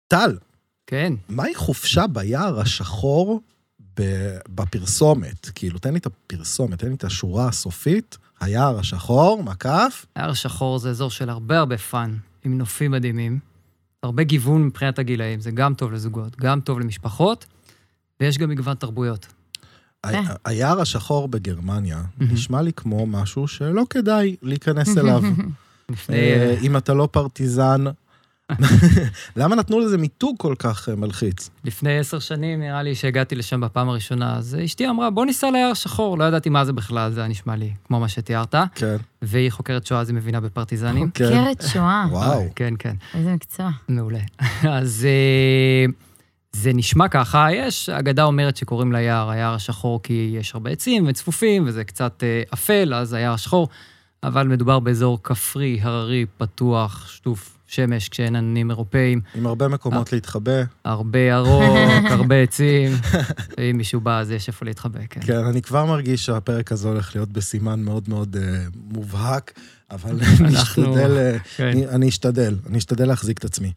טל. כן. מהי חופשה ביער השחור בפרסומת? כאילו, תן לי את הפרסומת, תן לי את השורה הסופית, היער השחור, מקף. היער השחור זה אזור של הרבה פאן, עם נופים מדהימים, הרבה גיוון מבחינת הגילאים, זה גם טוב לזוגות, גם טוב למשפחות, ויש גם מגוון תרבויות. היער השחור בגרמניה נשמע לי כמו משהו שלא כדאי להיכנס אליו. אם אתה לא פרטיזן, למה נתנו לזה מיתוג כל כך מלחיץ? לפני 10 שנים נראה לי שהגעתי לשם בפעם הראשונה, אז אשתי אמרה, בוא ניסע ליער השחור, לא ידעתי מה זה בכלל, זה נשמע לי כמו מה שתיארת. כן. והיא חוקרת שואה, אז היא מבינה בפרטיזנים. חוקרת שואה. וואו. כן, כן. איזה מקצוע. מעולה. אז זה נשמע ככה, יש, האגדה אומרת שקוראים ליער, היער השחור, כי יש הרבה עצים וצפופים, וזה קצת אפל, אז היער השחור, אבל מדובר באזור כפרי, הררי, פתוח, שטוף שמש, כשאין עננים אירופאים. עם הרבה מקומות להתחבא. הרבה ירוק, הרבה עצים, ואם מישהו בא, אז יש איפה להתחבא, כן. כן, אני כבר מרגיש שהפרק הזה הולך להיות בסימן מאוד מאוד מובהק, אבל אני אשתדל להחזיק את עצמי.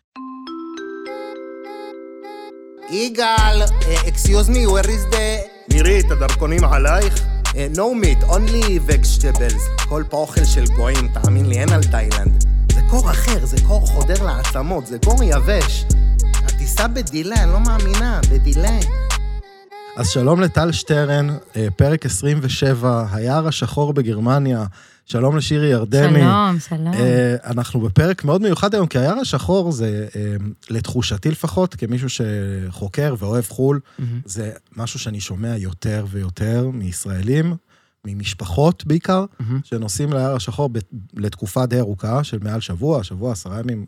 יגאל, excuse me, where is the... מירי, את הדרכונים עלייך? No meat, only vegetables. כל פה אוכל של גויים, תאמין לי, אין על תאילנד. זה קור אחר, זה קור חודר לעצמות, זה קור יבש. הטיסה בדילה, אני לא מאמינה, בדילה. אז שלום לטל שטרן, פרק 27, היער השחור בגרמניה, שלום לשירי ירדני. שלום. אנחנו בפרק מאוד מיוחד היום, כי היער השחור זה, לתחושתי לפחות, כמישהו שחוקר ואוהב חול, זה משהו שאני שומע יותר ויותר מישראלים, ממשפחות בעיקר, שנוסעים ליער השחור לתקופה די ארוכה, של מעל שבוע, 10 ימים,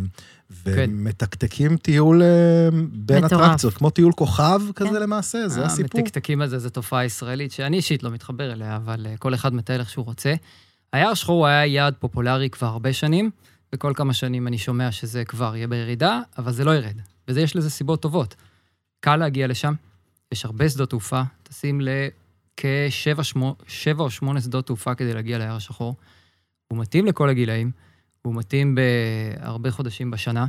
ומתקתקים טיול בין אטרקציות, כמו טיול כוכב כזה למעשה, זה הסיפור. מתקתקים על זה, זו תופעה ישראלית, שאני אישית לא מתחבר אליה, אבל כל אחד מטייל איך שהוא רוצה. היער השחור היה יעד פופולרי כבר הרבה שנים, וכל כמה שנים אני שומע שזה כבר יהיה בירידה, אבל זה לא ירד, וזה יש לזה סיבות טובות. קל להגיע לשם, יש הרבה שדות תעופה, טסים כ7 או 8 שדות תעופה כדי להגיע ליער השחור. הוא מתאים לכל הגילאים, הוא מתאים בהרבה חודשים בשנה.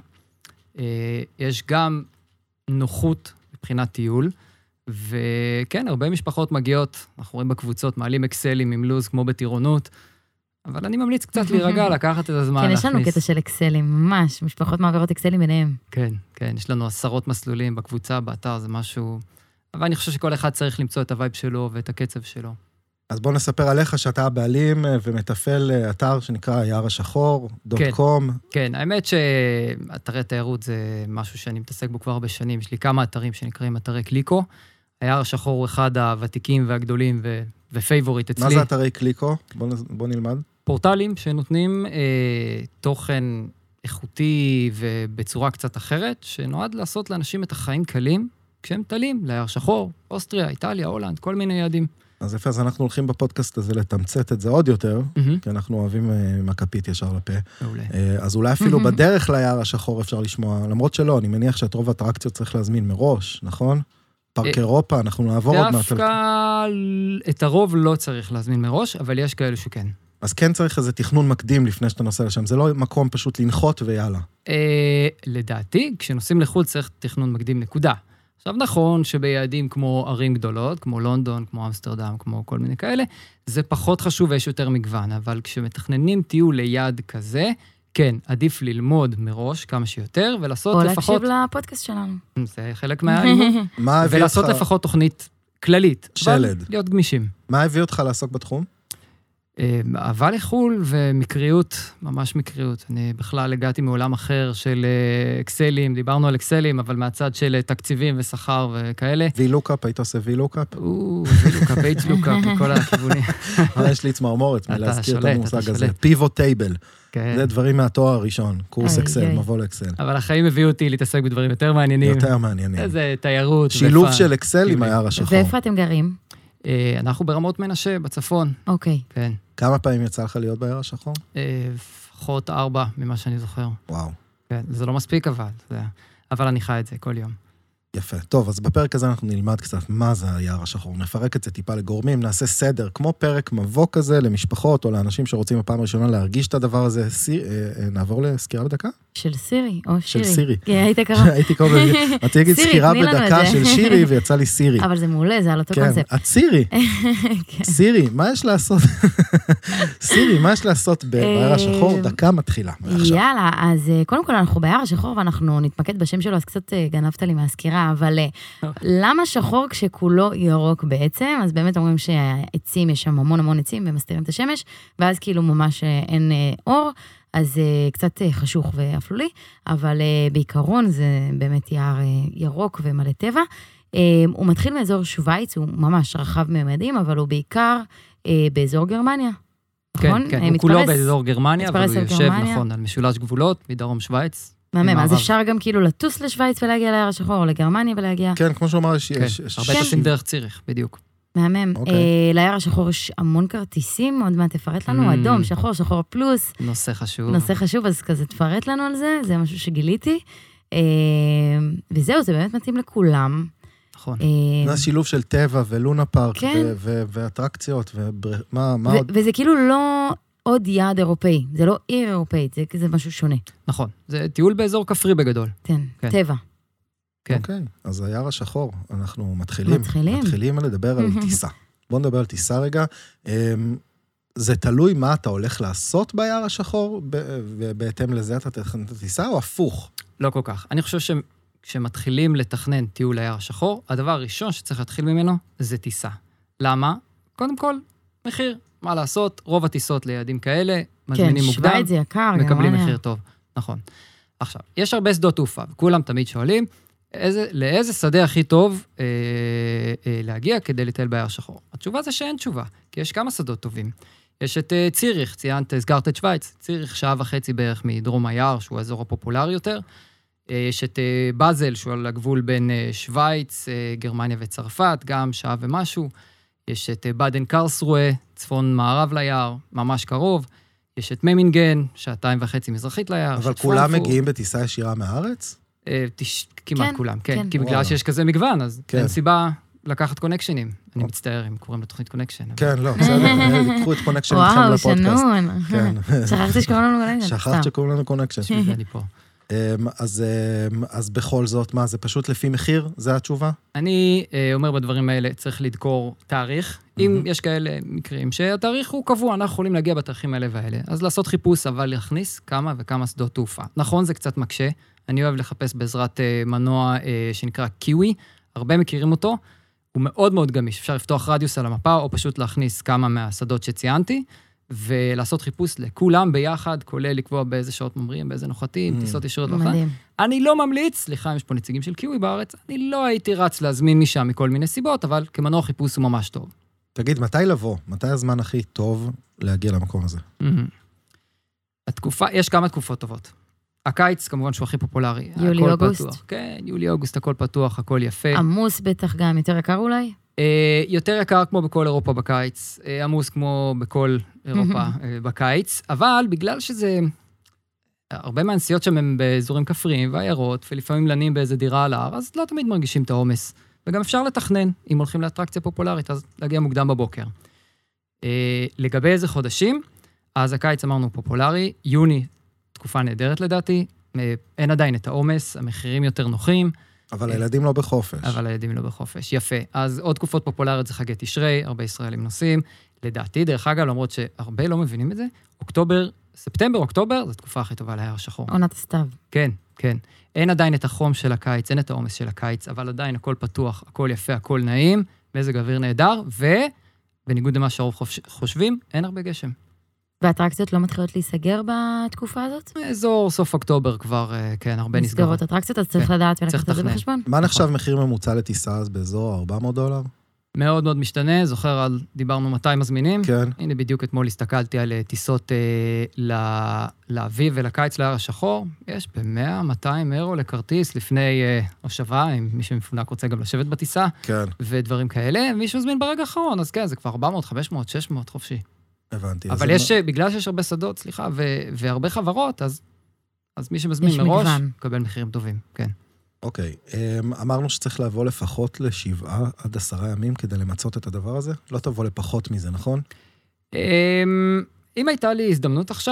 יש גם נוחות מבחינת טיול, וכן, הרבה משפחות מגיעות, אנחנו רואים בקבוצות, מעלים אקסלים עם לוז כמו בטירונות, אבל אני ממליץ קצת להירגע, לקחת את הזמן כן, להכניס. יש לנו קטע של אקסלים, ממש, משפחות מעבירות אקסלים ביניהם. כן, כן, יש לנו 10 מסלולים בקבוצה, באתר, זה משהו... אבל אני חושב שכל אחד צריך למצוא את הווייב שלו ואת הקצב שלו. אז בוא נספר עליך שאתה הבעלים ומטפל אתר שנקרא היער השחור, .com. כן, האמת שאתרי תיירות זה משהו שאני מתעסק בו כבר הרבה שנים. יש לי כמה אתרים שנקראים אתרי קליקו. היער השחור הוא אחד הוותיקים והגדולים ופייבוריט אצלי. מה זה אתרי קליקו? בוא נלמד. פורטלים שנותנים תוכן איכותי ובצורה קצת אחרת, שנועד לעשות לאנשים את החיים קלים, כשהם טלים, ליער שחור, אוסטריה, איטליה, הולנד, כל מיני יעדים. אז יפה, אז אנחנו הולכים בפודקאסט הזה לתמצת את זה עוד יותר, כי אנחנו אוהבים מקפית ישר לפה. מעולה. אז אולי אפילו בדרך ליער השחור אפשר לשמוע, למרות שלא, אני מניח שאת רוב האטרקציות צריך להזמין מראש, נכון? פארק אירופה, אנחנו נעבור עוד מעט. דווקא את הרוב לא צריך להזמין מראש, אבל יש כאלה שכן. אז כן צריך איזה תכנון מקדים לפני שאתה נוסע לשם, זה לא מקום פשוט לנחות ויאללה. לדעתי, כשנוסעים לחו"ל צריך תכנון מקדים נקודה. עכשיו נכון שביעדים כמו ערים גדולות, כמו לונדון, כמו אמסטרדם, כמו כל מיני כאלה, זה פחות חשוב ויש יותר מגוון, אבל כשמתכננים טיול ליעד כזה, כן, עדיף ללמוד מראש כמה שיותר, ולעשות לפחות... או להקשיב לפודקאסט שלנו. זה חלק מהלימוד. ולעשות לפחות תוכנית כללית. שלד. להיות גמישים. מה הביא אותך לעסוק בתחום? אהבה לחול ומקריות, ממש מקריות. אני בכלל הגעתי מעולם אחר של אקסלים, דיברנו על אקסלים, אבל מהצד של תקציבים ושכר וכאלה. וילוקאפ, היית עושה וילוקאפ? וילוקאפ, אייץ'-לוקאפ, מכל הכיוונים. יש לי צמרמורת מלהזכיר את המושג הזה. פיבוט טייבל. זה דברים מהתואר הראשון, קורס אקסל, מבוא לאקסל. אבל החיים הביאו אותי להתעסק בדברים יותר מעניינים. יותר מעניינים. איזה תיירות. שילוב של אקסל עם היער השחור. ואיפה אתם גרים? אנחנו ברמות מנשה, בצפון. אוקיי. כן. כמה פעמים יצא לך להיות ביער השחור? לפחות 4, ממה שאני זוכר. וואו. כן, זה לא מספיק אבל אני חי את זה כל יום. יפה. טוב, אז בפרק הזה אנחנו נלמד קצת מה זה היער השחור. נפרק את זה טיפה לגורמים, נעשה סדר, כמו פרק מבוא כזה למשפחות או לאנשים שרוצים בפעם הראשונה להרגיש את הדבר הזה. נעבור לסקירה בדקה? של סירי, או שירי. של סירי. היית קרוב. הייתי קרוב, רציתי להגיד סקירה בדקה של שירי, ויצא לי סירי. אבל זה מעולה, זה על אותו קונספט. כן, את סירי. סירי, מה יש לעשות? סירי, מה יש לעשות ביער השחור? דקה מתחילה. יאללה, אז קודם כל אנחנו ביער השחור, ואנחנו נתמקד בשם שלו, אז קצת גנבת לי מהסקירה, אבל למה שחור כשכולו ירוק בעצם? אז באמת אומרים שהעצים, יש שם המון עצים, ומסתירים את השמש, ואז כאילו ממש אין אור, אז קצת חשוך ואפלולי, אבל בעיקרון זה באמת יער ירוק ומלא טבע. הוא מתחיל מאזור שוויץ, הוא ממש רחב ממדים, אבל הוא בעיקר באזור גרמניה. כן, כן, הוא כולו באזור גרמניה, אבל הוא יושב, נכון, על משולש גבולות, מדרום שוויץ. מהמם, אז אפשר גם כאילו לטוס לשוויץ ולהגיע ליער השחור, או לגרמניה ולהגיע. כן, כמו שאומר, יש... הרבה טסים דרך ציריך, בדיוק. מהמם. ליער השחור יש המון כרטיסים, עוד מעט תפרט לנו, אדום, שחור, שחור פלוס. נושא חשוב. נושא חשוב, אז כזה תפרט לנו על זה, זה משהו שגיליתי. וזהו, זה באמת מתאים לכולם. נכון. זה שילוב של טבע ולונה פארק ואטרקציות, ומה עוד? וזה כאילו לא עוד יעד אירופאי, זה לא עיר אירופאית, זה משהו שונה. נכון, זה טיול באזור כפרי בגדול. כן, טבע. אוקיי, אז היער השחור, אנחנו מתחילים לדבר על טיסה. בואו נדבר על טיסה רגע. זה תלוי מה אתה הולך לעשות ביער השחור, ובהתאם לזה אתה תכנן את הטיסה, או הפוך? לא כל כך. אני חושב כשמתחילים לתכנן טיול ליער השחור, הדבר הראשון שצריך להתחיל ממנו זה טיסה. למה? קודם כל, מחיר. מה לעשות? רוב הטיסות ליעדים כאלה, מזמינים מוקדם, שוויץ זה יקר, מקבלים מחיר טוב. נכון. עכשיו, יש הרבה שדות תעופה, וכולם תמיד שואלים, לאיזה שדה הכי טוב להגיע כדי לטייל ביער השחור? התשובה זה שאין תשובה, כי יש כמה שדות טובים. יש את ציריך, הזכרת את שוויץ, ציריך 1.5 שעה בערך מדרום היער, שהוא האזור הפופולרי יותר. יש את באזל, שהוא על הגבול בין שוויץ, גרמניה וצרפת, גם 1 שעה ומשהו. יש את בדן קרלסרואה, צפון מערב ליער, ממש קרוב. יש את ממינגן, 1.5 שעה מזרחית ליער. אבל כולם מגיעים בטיסה ישירה מהארץ? כמעט כולם, כן. כי בגלל שיש כזה מגוון, אז אין סיבה לקחת קונקשנים. אני מצטער אם קוראים לתוכנית קונקשן. כן, לא, בסדר, תקחו את קונקשן איתכם לפודקאסט. וואו, שנון. שכחתי שקוראים לנו קונקשן. שכחת שקוראים לנו קונקשן. אני פה. אז בכל זאת, מה, זה פשוט לפי מחיר? זה התשובה? אני אומר בדברים האלה, צריך לדקור תאריך. אם יש כאלה מקרים שהתאריך הוא קבוע, אנחנו יכולים להגיע בתאריכים האלה והאלה. אז לעשות חיפוש, אבל להכניס כמה וכמה שדות תעופה. נכון, זה קצת מקשה. אני אוהב לחפש בעזרת מנוע שנקרא קיווי. הרבה מכירים אותו. הוא מאוד מאוד גמיש. אפשר לפתוח רדיוס על המפה, או פשוט להכניס כמה מהשדות שציינתי. ולעשות חיפוש לכולם ביחד, כולל לקבוע באיזה שעות ממריאים, באיזה נוחתים, טיסות ישירות בכלל. אני לא ממליץ, סליחה אם יש פה נציגים של קיווי בארץ, אני לא הייתי רץ להזמין משם מכל מיני סיבות, אבל כמנוע חיפוש הוא ממש טוב. תגיד, מתי לבוא? מתי הזמן הכי טוב להגיע למקום הזה? יש כמה תקופות טובות. הקיץ, כמובן שהוא הכי פופולרי. יולי-אוגוסט. כן, יולי-אוגוסט, הכל פתוח, הכל יפה. עמוס בטח גם, יותר יקר אולי? יותר יקר כמו בכל אירופה בקיץ, עמוס כמו בכל אירופה בקיץ, אבל בגלל שזה, הרבה מהנסיעות שם הם באזורים כפריים ועיירות, ולפעמים לנים באיזה דירה על ההר, אז לא תמיד מרגישים את העומס. וגם אפשר לתכנן, אם הולכים לאטרקציה פופולרית, אז להגיע מוקדם בבוקר. לגבי איזה חודשים, אז הקיץ אמרנו פופולרי, יוני, תקופה נהדרת לדעתי, אין עדיין את העומס, המחירים יותר נוחים, אבל הילדים לא בחופש. אבל הילדים לא בחופש, יפה. אז עוד תקופות פופולריות זה חגי תשרי, הרבה ישראלים נוסעים. לדעתי, דרך אגב, למרות שהרבה לא מבינים את זה, ספטמבר, אוקטובר, זו תקופה הכי טובה ליער השחור. עונת הסתיו. כן, כן. אין עדיין את החום של הקיץ, אין את העומס של הקיץ, אבל עדיין הכל פתוח, הכל יפה, הכל נעים, מזג אוויר נהדר, ובניגוד למה שהרוב חושבים, אין הרבה גשם. והאטרקציות לא מתחילות להיסגר בתקופה הזאת? אזור סוף אוקטובר כבר, כן, הרבה נסגרות. נסגרות אטרקציות, אז צריך לדעת ולקחת את זה בחשבון. מה נחשב מחיר ממוצע לטיסה אז באזור $400? מאוד מאוד משתנה, זוכר דיברנו 200 מזמינים. כן. הנה בדיוק אתמול הסתכלתי על טיסות לאביב ולקיץ ליער השחור. יש ב-100-200 אירו לכרטיס לפני הושבה, אם מישהו מפונק רוצה גם לשבת בטיסה. כן. ודברים כאלה, מישהו זמין ברגע האחרון, אז כן, זה כבר 400, 500, 600 חופשי. הבנתי. אבל יש, בגלל שיש הרבה שדות, סליחה, והרבה חברות, אז מי שמזמין מראש, מקבל מחירים טובים, כן. אוקיי, אמרנו שצריך לבוא לפחות ל7 עד 10 ימים כדי למצות את הדבר הזה? לא תבוא לפחות מזה, נכון? אם הייתה לי הזדמנות עכשיו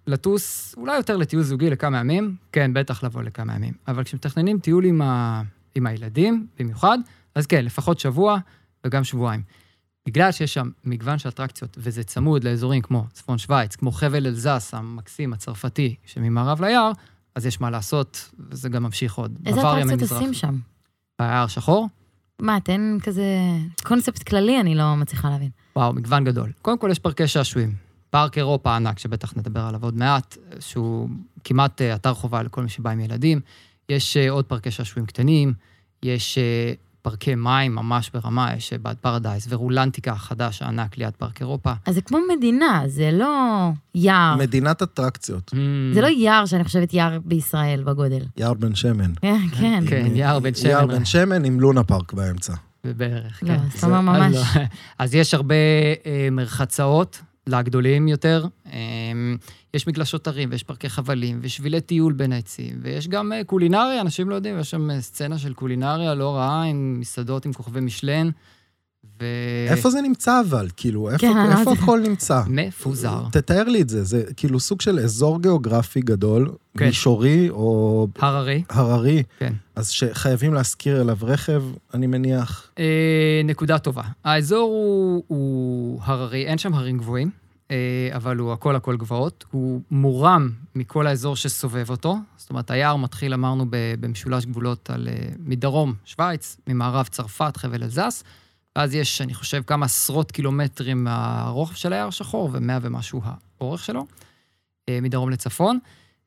לטוס, אולי יותר לטיול זוגי לכמה ימים, כן, בטח לבוא לכמה ימים. אבל כשמתכננים טיול עם הילדים, במיוחד, אז כן, לפחות שבוע וגם שבועיים. בגלל שיש שם מגוון של אטרקציות, וזה צמוד לאזורים כמו צפון שוויץ, כמו חבל אלזס, המקסים, הצרפתי, שממערב ליער, אז יש מה לעשות, וזה גם ממשיך עוד. איזה אטרקציות עושים שם? ביער שחור? מה, תן כזה קונספט כללי, אני לא מצליחה להבין. וואו, מגוון גדול. קודם כל יש פארקי שעשועים. פארק אירופה ענק, שבטח נדבר עליו עוד מעט, שהוא כמעט אתר חובה לכל מי שבא עם ילדים. יש עוד פארקי שעשועים קטנים, יש פארקי מים ממש ברמה, יש בעד פרדייס, ורולנטיקה חדש הענק ליד פארק אירופה. אז זה כמו מדינה, זה לא יער. מדינת אטרקציות. זה לא יער שאני חושבת יער בישראל בגודל. יער בן שמן. כן. כן, יער בן שמן. יער בן שמן עם לונה פארק באמצע. בערך, לא, כן. זאת אומרת ממש. אז יש הרבה מרחצאות לגדולים יותר, יש מגלשות הרים, ויש פארקי חבלים, ושבילי טיול בין העצים, ויש גם קולינריה, אנשים לא יודעים, יש שם סצנה של קולינריה לא רעה, עם מסעדות, עם כוכבי משלן, איפה זה נמצא אבל? כאילו, איפה הכל נמצא? מפוזר. תתאר לי את זה, זה כאילו סוג של אזור גיאוגרפי גדול, מישורי או... הררי. כן. אז שחייבים להזכיר אליו רכב, אני מניח. נקודה טובה. האזור הוא הררי, אין שם הרים גבוהים, אבל הוא הכל גבוהות. הוא מורם מכל האזור שסובב אותו. זאת אומרת, היער מתחיל, אמרנו, במשולש גבולות מדרום שוויץ, ממערב צרפת, חבל אלזס, ואז יש, אני חושב, כמה עשרות קילומטרים מהרוחב של היער שחור, ו100 ומשהו האורך שלו, מדרום לצפון,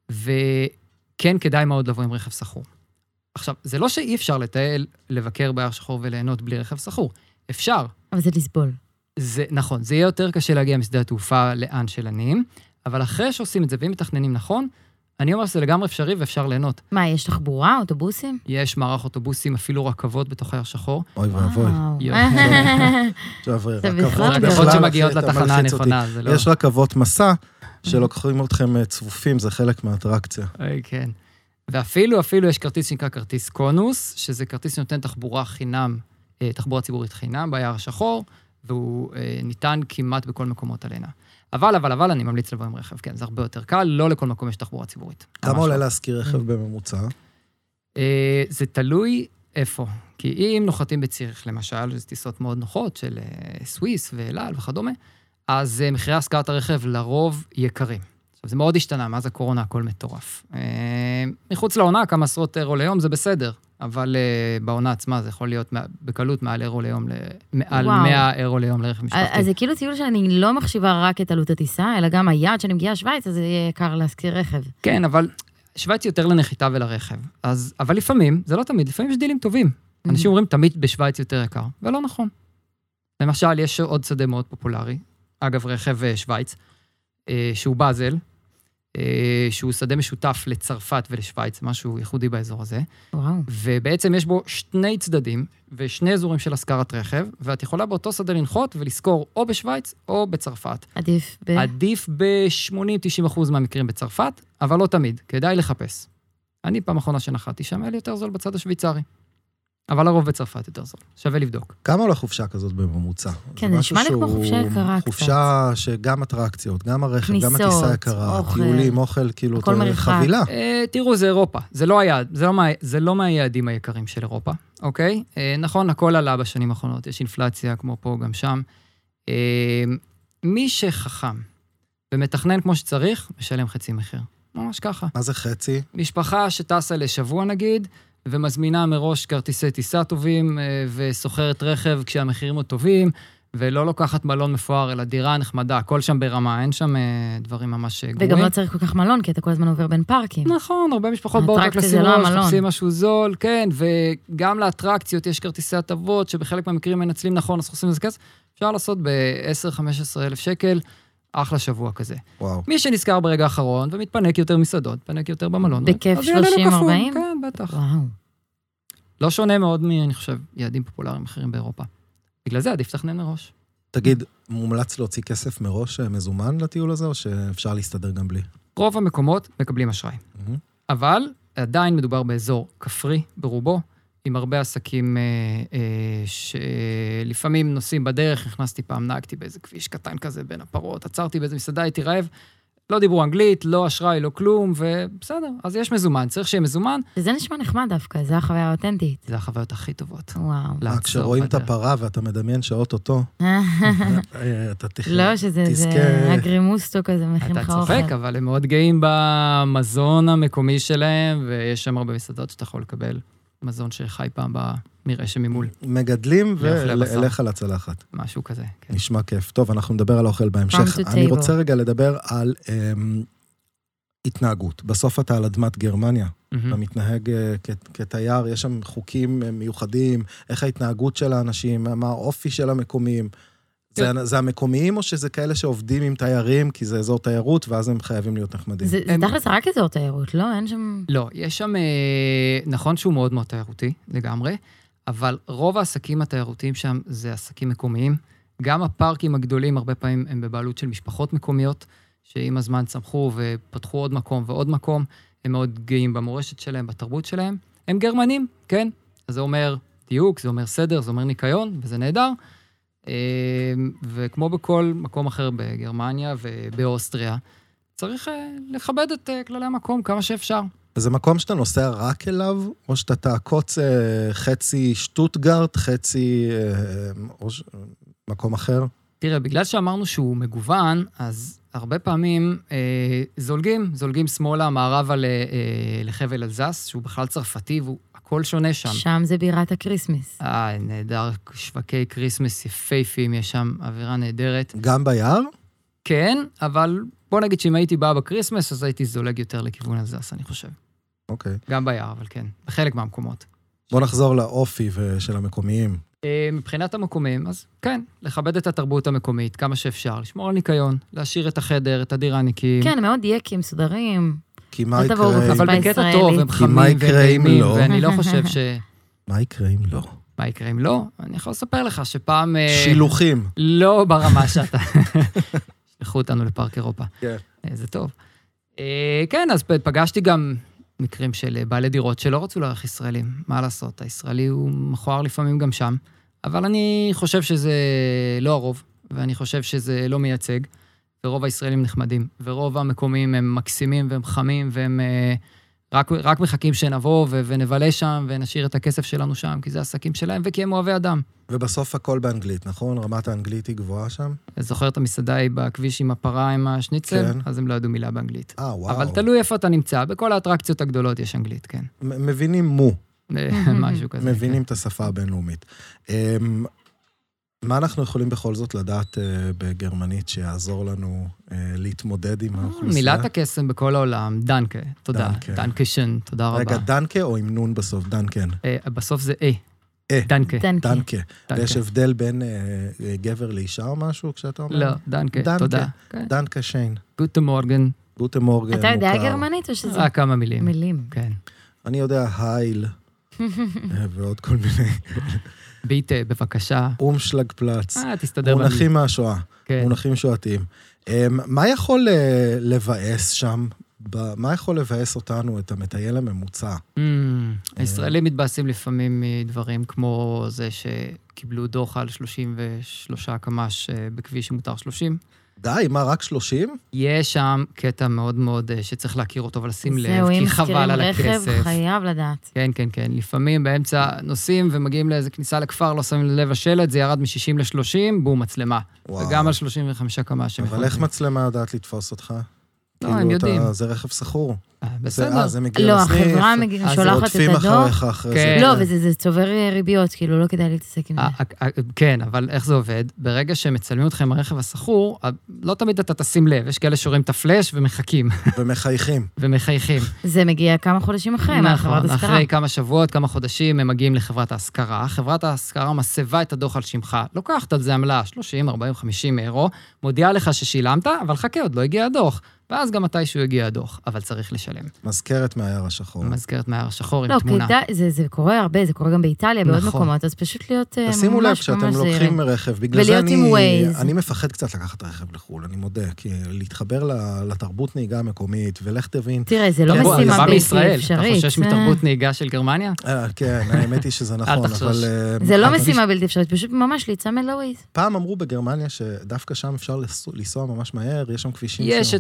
וכן כדאי מאוד לבוא עם רכב סחור. עכשיו, זה לא שאי אפשר לטייל, לבקר ביער שחור וליהנות בלי רכב סחור. אפשר. אבל זה לסבול. זה, נכון, זה יהיה יותר קשה להגיע משדה התעופה לאן שלנים, אבל אחרי שעושים את זה, ואם מתכננים נכון, אני אומר שזה לגמרי אפשרי ואפשר ליהנות. מה, יש תחבורה, אוטובוסים? יש מערך אוטובוסים, אפילו רכבות בתוך היער שחור. אוי ואבוי. רכבות שמגיעות לתחנה הנכונה. יש רכבות מסע שלוקחים אתכם צפופים, זה חלק מהאטרקציה. כן. ואפילו יש כרטיס שנקרא כרטיס קונוס, שזה כרטיס שנותן תחבורה חינם, תחבורה ציבורית חינם ביער השחור, והוא ניתן כמעט בכל מקומות עלינה. אבל אני ממליץ לבוא עם רכב, כן, זה הרבה יותר קל, לא לכל מקום יש תחבורה ציבורית. כמה עולה להזכיר רכב בממוצע? זה תלוי איפה, כי אם נוחתים בציריך, למשל, זה טיסות מאוד נוחות של סוויס ואלעל וכדומה, אז מחירי השכרת הרכב לרוב יקרים. עכשיו, זה מאוד השתנה, מאז הקורונה הכל מטורף. מחוץ לעונה, כמה עשרות אירו ליום, זה בסדר, אבל בעונה עצמה זה יכול להיות בקלות מעל אירו ליום, מעל 100 אירו ליום לרכב משפחתי. אז זה כאילו טיול שאני לא מחשיבה רק את עלות הטיסה, אלא גם היעד שאני מגיעה שוויץ, אז זה יהיה יקר להזכיר רכב. כן, אבל שוויץ יותר לנחיתה ולרכב. אבל לפעמים, זה לא תמיד, לפעמים יש דילים טובים. אנשים אומרים, תמיד בשוויץ יותר יקר, ולא נכון. למשל, יש עוד שדה מאוד פופולרי, אגב, רכב שוויץ, שהוא באזל, שהוא שדה משותף לצרפת ולשוויץ, משהו ייחודי באזור הזה. וואו. ובעצם יש בו שני צדדים, ושני אזורים של השכרת רכב, ואת יכולה באותו שדה לנחות ולזכור או בשוויץ או בצרפת. עדיף ב-80-90% מהמקרים בצרפת, אבל לא תמיד, כדאי לחפש. אני פעם אחרונה שנחתי שם, היה לי יותר זול בצד השוויצרי. אבל הרוב בצרפת יותר זול. שווה לבדוק. כמה עולה חופשה כזאת בממוצע? כן, זה נשמע לי כמו חופשה יקרה קצת. חופשה שגם אטרקציות, גם הרכב, גם הטיסה יקרה, טיולים, אוכל, כאילו, חבילה. תראו, זה אירופה. זה לא היעד, זה לא מהיעדים היקרים של אירופה, אוקיי? נכון, הכל עלה בשנים האחרונות, יש אינפלציה כמו פה, גם שם. מי שחכם ומתכנן כמו שצריך, משלם חצי מחיר. ממש ככה. מה זה חצי? משפחה שטסה לשבוע נגיד, ומזמינה מראש כרטיסי טיסה טובים, וסוחרת רכב כשהמחירים עוד טובים, ולא לוקחת מלון מפואר, אלא דירה נחמדה, הכל שם ברמה, אין שם דברים ממש גרועים. וגם לא צריך כל כך מלון, כי אתה כל הזמן עובר בין פארקים. נכון, הרבה משפחות באות רק לשים ראש, תופסים משהו זול, כן, וגם לאטרקציות יש כרטיסי הטבות, שבחלק מהמקרים מנצלים נכון, אז חוסים לזה כסף, אפשר לעשות ב-10-15 אלף שקל, אחלה שבוע כזה. וואו. מי שנזכר ברגע האחרון, ומתפנק יותר מסעדות, מתפנק יותר במלון. בכיף 30-40? כן, בטח. וואו. לא שונה מאוד אני חושב, יעדים פופולריים אחרים באירופה. בגלל זה עדיף תכנן מראש. תגיד, מומלץ להוציא כסף מראש מזומן לטיול הזה, או שאפשר להסתדר גם בלי? רוב המקומות מקבלים אשראי. אבל עדיין מדובר באזור כפרי ברובו, עם הרבה עסקים שלפעמים נוסעים בדרך, נכנסתי פעם, נהגתי באיזה כביש קטן כזה בין הפרות, עצרתי באיזה מסעדה, הייתי רעב, לא דיברו אנגלית, לא אשראי, לא כלום, ובסדר, אז יש מזומן, צריך שיהיה מזומן. וזה נשמע נחמד דווקא, זה החוויה האותנטית. זה החוויות הכי טובות. וואו. כשרואים את הפרה ואתה מדמיין שאו-טו-טו, אתה תזכה. לא, שזה הגרימוסטו כזה, מכין לך אוכל. אתה צוחק, אבל הם מאוד גאים במזון המקומי שלהם, ויש שם הרבה מסעדות שאתה יכול לקבל מזון שחי פעם במראה שממול. מגדלים ולך על הצלחת. משהו כזה, כן. נשמע כיף. טוב, אנחנו נדבר על האוכל בהמשך. אני רוצה רגע לדבר על התנהגות. בסוף אתה על אדמת גרמניה. אתה מתנהג כתייר, יש שם חוקים מיוחדים, איך ההתנהגות של האנשים, מה האופי של המקומיים. זה המקומיים או שזה כאלה שעובדים עם תיירים, כי זה אזור תיירות, ואז הם חייבים להיות נחמדים? זה תכלס רק אזור תיירות, לא? אין שם... לא, יש שם, נכון שהוא מאוד מאוד תיירותי, לגמרי, אבל רוב העסקים התיירותיים שם זה עסקים מקומיים. גם הפארקים הגדולים הרבה פעמים הם בבעלות של משפחות מקומיות, שעם הזמן צמחו ופתחו עוד מקום ועוד מקום, הם מאוד גאים במורשת שלהם, בתרבות שלהם. הם גרמנים, כן? אז זה אומר דיוק, זה אומר סדר, זה אומר ניקיון, וזה נהדר. וכמו בכל מקום אחר בגרמניה ובאוסטריה, צריך לכבד את כללי המקום כמה שאפשר. וזה מקום שאתה נוסע רק אליו, או שאתה תעקוץ חצי שטוטגרט, חצי מקום אחר? תראה, בגלל שאמרנו שהוא מגוון, אז הרבה פעמים זולגים שמאלה, מערבה לחבל אלזס, שהוא בכלל צרפתי, והוא הכל שונה שם. שם זה בירת הקריסמס. נהדר, שווקי קריסמס יפהפיים, יש שם אווירה נהדרת. גם ביער? כן, אבל בוא נגיד שאם הייתי באה בקריסמס, אז הייתי זולג יותר לכיוון אלזס, אני חושב. אוקיי. גם ביער, אבל כן, בחלק מהמקומות. בוא נחזור לאופי של המקומיים. מבחינת המקומיים, אז כן, לכבד את התרבות המקומית כמה שאפשר, לשמור על ניקיון, להשאיר את החדר, את הדירה נקיים. כן, מאוד יקים, סודרים. כי מה יקרה... אבל בקטע טוב, הם חמים ונעימים, ואני לא חושב ש... מה יקרה אם לא? מה יקרה אם לא? אני יכול לספר לך שפעם... שילוחים. לא ברמה שאתה... שלחו אותנו לפארק אירופה. כן. זה טוב. כן, אז פגשתי גם מקרים של בעלי דירות שלא רצו לארח ישראלים. מה לעשות? הישראלי הוא מכוער לפעמים גם שם, אבל אני חושב שזה לא הרוב, ואני חושב שזה לא מייצג, ורוב הישראלים נחמדים, ורוב המקומיים הם מקסימים והם חמים, והם רק מחכים שנבוא ונבלה שם, ונשאיר את הכסף שלנו שם, כי זה עסקים שלהם, וכי הם אוהבי אדם. ובסוף הכל באנגלית, נכון? רמת האנגלית היא גבוהה שם? זוכר את המסעדה היא בכביש עם הפרה, עם השניצל, אז הם לא ידעו מילה באנגלית. וואו. אבל תלוי איפה אתה נמצא, בכל האטרקציות הגדולות יש אנגלית, כן. מבינים מו. משהו כזה. מבינים את השפה הבינלאומית. מה אנחנו יכולים בכל זאת לדעת בגרמנית שיעזור לנו להתמודד עם האוכלוסייה? מילת הקסם בכל העולם, דנקה, תודה. דנקשן, תודה רבה. רגע, דנקה או עם נון בסוף? דנקן. בסוף זה דנקה. דנקה. ויש הבדל בין גבר לאישה או משהו כשאתה אומר? לא, דנקה, תודה. דנקה שיין. גוטה מורגן. גוטה מורגן. אתה יודע גרמנית או שזה? כמה מילים. מילים. כן. אני יודע הייל, ועוד כל מיני. ביטה, בבקשה. אומשלג פלץ. תסתדר. מונחים מהשואה. מונחים שואתיים. מה יכול לבאס שם? מה יכול לבאס אותנו, את המטייל הממוצע? הישראלים מתבאסים לפעמים מדברים כמו זה שקיבלו דוח על 33 קמ"ש בכביש שמותר 30. די, מה, רק 30? יש שם קטע מאוד מאוד שצריך להכיר אותו ולשים לב, כי חבל על הכסף. רכב חייב לדעת. כן, כן, כן. לפעמים באמצע נוסעים ומגיעים לאיזה כניסה לכפר, לא שמים לב השלט, זה ירד מ-60 ל-30, בואו מצלמה. וגם על 35 קמ"ש. אבל איך מצלמה יודעת לתפוס אותך? לא, הם יודעים. זה רכב סחור. בסדר. זה מגיע לא, לסניף. החברה שולחת את הדוח. לא, וזה צובר ריביות, כאילו לא כדאי להתעסק עם זה. כן, אבל איך זה עובד? ברגע שמצלמים אתכם עם הרכב הסחור, לא תמיד אתה תשים לב, יש כאלה שרואים את הפלאש ומחכים. ומחייכים. זה מגיע כמה חודשים אחרי, מהחברת ההשכרה. אחרי כמה שבועות, כמה חודשים, הם מגיעים לחברת ההשכרה. חברת ההשכרה מסבה את הדוח על שמך, לוקחת על זה עמלה 30, 40, 50 אירו, מודיעה לך ששילמת, אבל חכה, עוד לא הגיע הדוח. ואז גם מתישהו הגיע הדוח, אבל צריך לשלם. מזכרת מהיער השחור. מזכרת מהיער השחור עם תמונה. לא, זה קורה הרבה, זה קורה גם באיטליה, בעוד מקומות, אז פשוט להיות ממש ממש זהירים. תשימו לב כשאתם לוקחים רכב, בגלל זה אני מפחד קצת לקחת רכב לחו"ל, אני מודה, כי להתחבר לתרבות נהיגה המקומית, ולך תבין. תראה, זה לא משימה בלתי אפשרית. אתה חושש מתרבות נהיגה של גרמניה? כן, האמת היא שזה נכון, אבל... זה לא משימה בלתי אפשרית, פשוט ממש להיצמד לווייז. פעם אמרו בגרמניה שדווקא שם אפשר לנסוע ממש מהר, יש שם כבישים. יש את האוטובן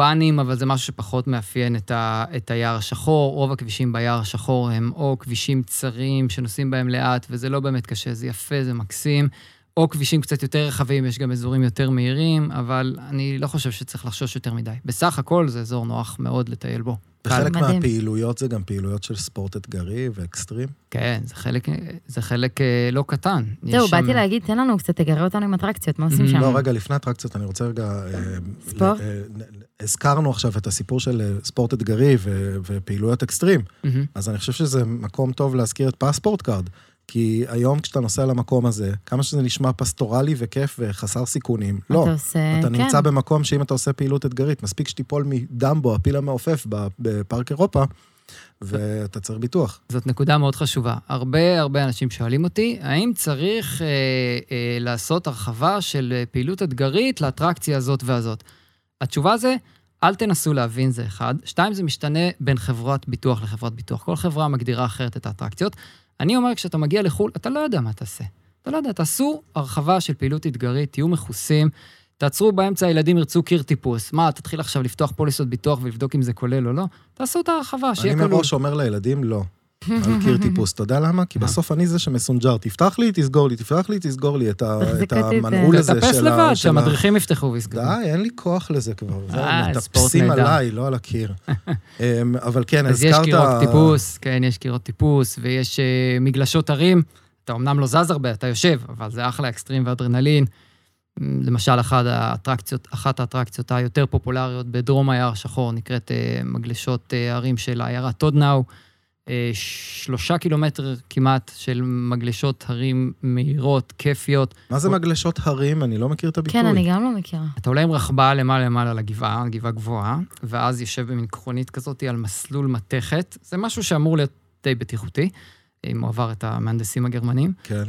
אורבניים, אבל זה משהו שפחות מאפיין את היער השחור. רוב הכבישים ביער השחור הם או כבישים צרים שנוסעים בהם לאט, וזה לא באמת קשה, זה יפה, זה מקסים, או כבישים קצת יותר רחבים, יש גם אזורים יותר מהירים, אבל אני לא חושב שצריך לחשוש יותר מדי. בסך הכל זה אזור נוח מאוד לטייל בו. וחלק מהפעילויות זה גם פעילויות של ספורט אתגרי ואקסטרים? כן, זה חלק לא קטן. זהו, באתי להגיד, תן לנו קצת, תגרה אותנו עם אטרקציות, מה עושים שם? לא, רגע, לפני אטרקציות, אני רוצה רגע... ספורט? הזכרנו עכשיו את הסיפור של ספורט אתגרי ופעילויות אקסטרים, אז אני חושב שזה מקום טוב להזכיר את פספורט קארד, כי היום כשאתה נוסע למקום הזה, כמה שזה נשמע פסטורלי וכיף וחסר סיכונים, לא. אתה נמצא במקום שאם אתה עושה פעילות אתגרית, מספיק שתיפול מדמבו, הפיל המעופף בפארק אירופה, ואתה צריך ביטוח. זאת נקודה מאוד חשובה. הרבה אנשים שואלים אותי, האם צריך לעשות הרחבה של פעילות אתגרית לאטרקציה הזאת והזאת? התשובה זה, אל תנסו להבין, זה אחד. 2, זה משתנה בין חברת ביטוח לחברת ביטוח. כל חברה מגדירה אחרת את האטרקציות. אני אומר, כשאתה מגיע לחול, אתה לא יודע מה תעשה. אתה לא יודע, תעשו הרחבה של פעילות אתגרית, תהיו מכוסים, תעצרו באמצע, הילדים ירצו קיר טיפוס. מה, תתחיל עכשיו לפתוח פוליסות ביטוח ולבדוק אם זה כולל או לא? תעשו את הרחבה, שיהיה כלול. אני מראש אומר לילדים, לא. על קיר טיפוס, אתה יודע למה? כי בסוף אני זה שמסונג'ר, תפתח לי, תסגור לי, תפתח לי, תסגור לי את המנעול הזה של... תטפס לבד, שהמדריכים יפתחו ויסגרו. די, אין לי כוח לזה כבר. מטפסים עליי, לא על הקיר. אבל כן, הזכרת... אז יש קירות טיפוס, כן, יש קירות טיפוס, ויש מגלשות הרים. אתה אמנם לא זז הרבה, אתה יושב, אבל זה אחלה אקסטרים ואדרנלין. למשל, אחת האטרקציות היותר פופולריות בדרום היער השחור, נקראת מגלשות הרים של העיירה טודנאו, 3 קילומטר כמעט של מגלשות הרים מהירות, כיפיות. מה זה מגלשות הרים? אני לא מכיר את הביטוי. כן, אני גם לא מכירה. אתה עולה עם רכבה למעלה לגבעה, גבעה גבוהה, ואז יושב במין כרונית כזאת על מסלול מתכת. זה משהו שאמור להיות די בטיחותי, אם הוא עבר את המהנדסים הגרמנים. כן.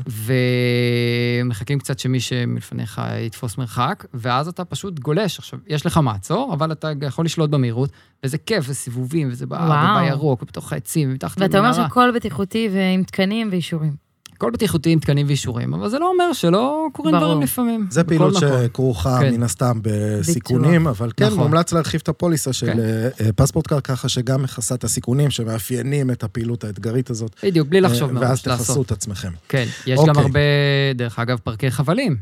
ומחכים קצת שמי שמלפניך יתפוס מרחק, ואז אתה פשוט גולש. עכשיו, יש לך מעצור, אבל אתה יכול לשלוט במהירות, וזה כיף, וסיבובים, וזה בירוק, ובתוך העצים, ומתחת למנהרה. ואתה אומר שכל בטיחותי ועם תקנים ואישורים. כל בטיחותי עם תקנים ואישורים, אבל זה לא אומר שלא קורים דברים לפעמים. זה פעילות שכרוכה מן הסתם בסיכונים, אבל כן, מומלץ להרחיב את הפוליסה של פספורט קארד, ככה שגם מכסה את הסיכונים שמאפיינים את הפעילות האתגרית הזאת. בדיוק, בלי לחשוב מראש לעשות. ואז תכסו את עצמכם. כן, יש גם הרבה, דרך אגב, פארקי חבלים.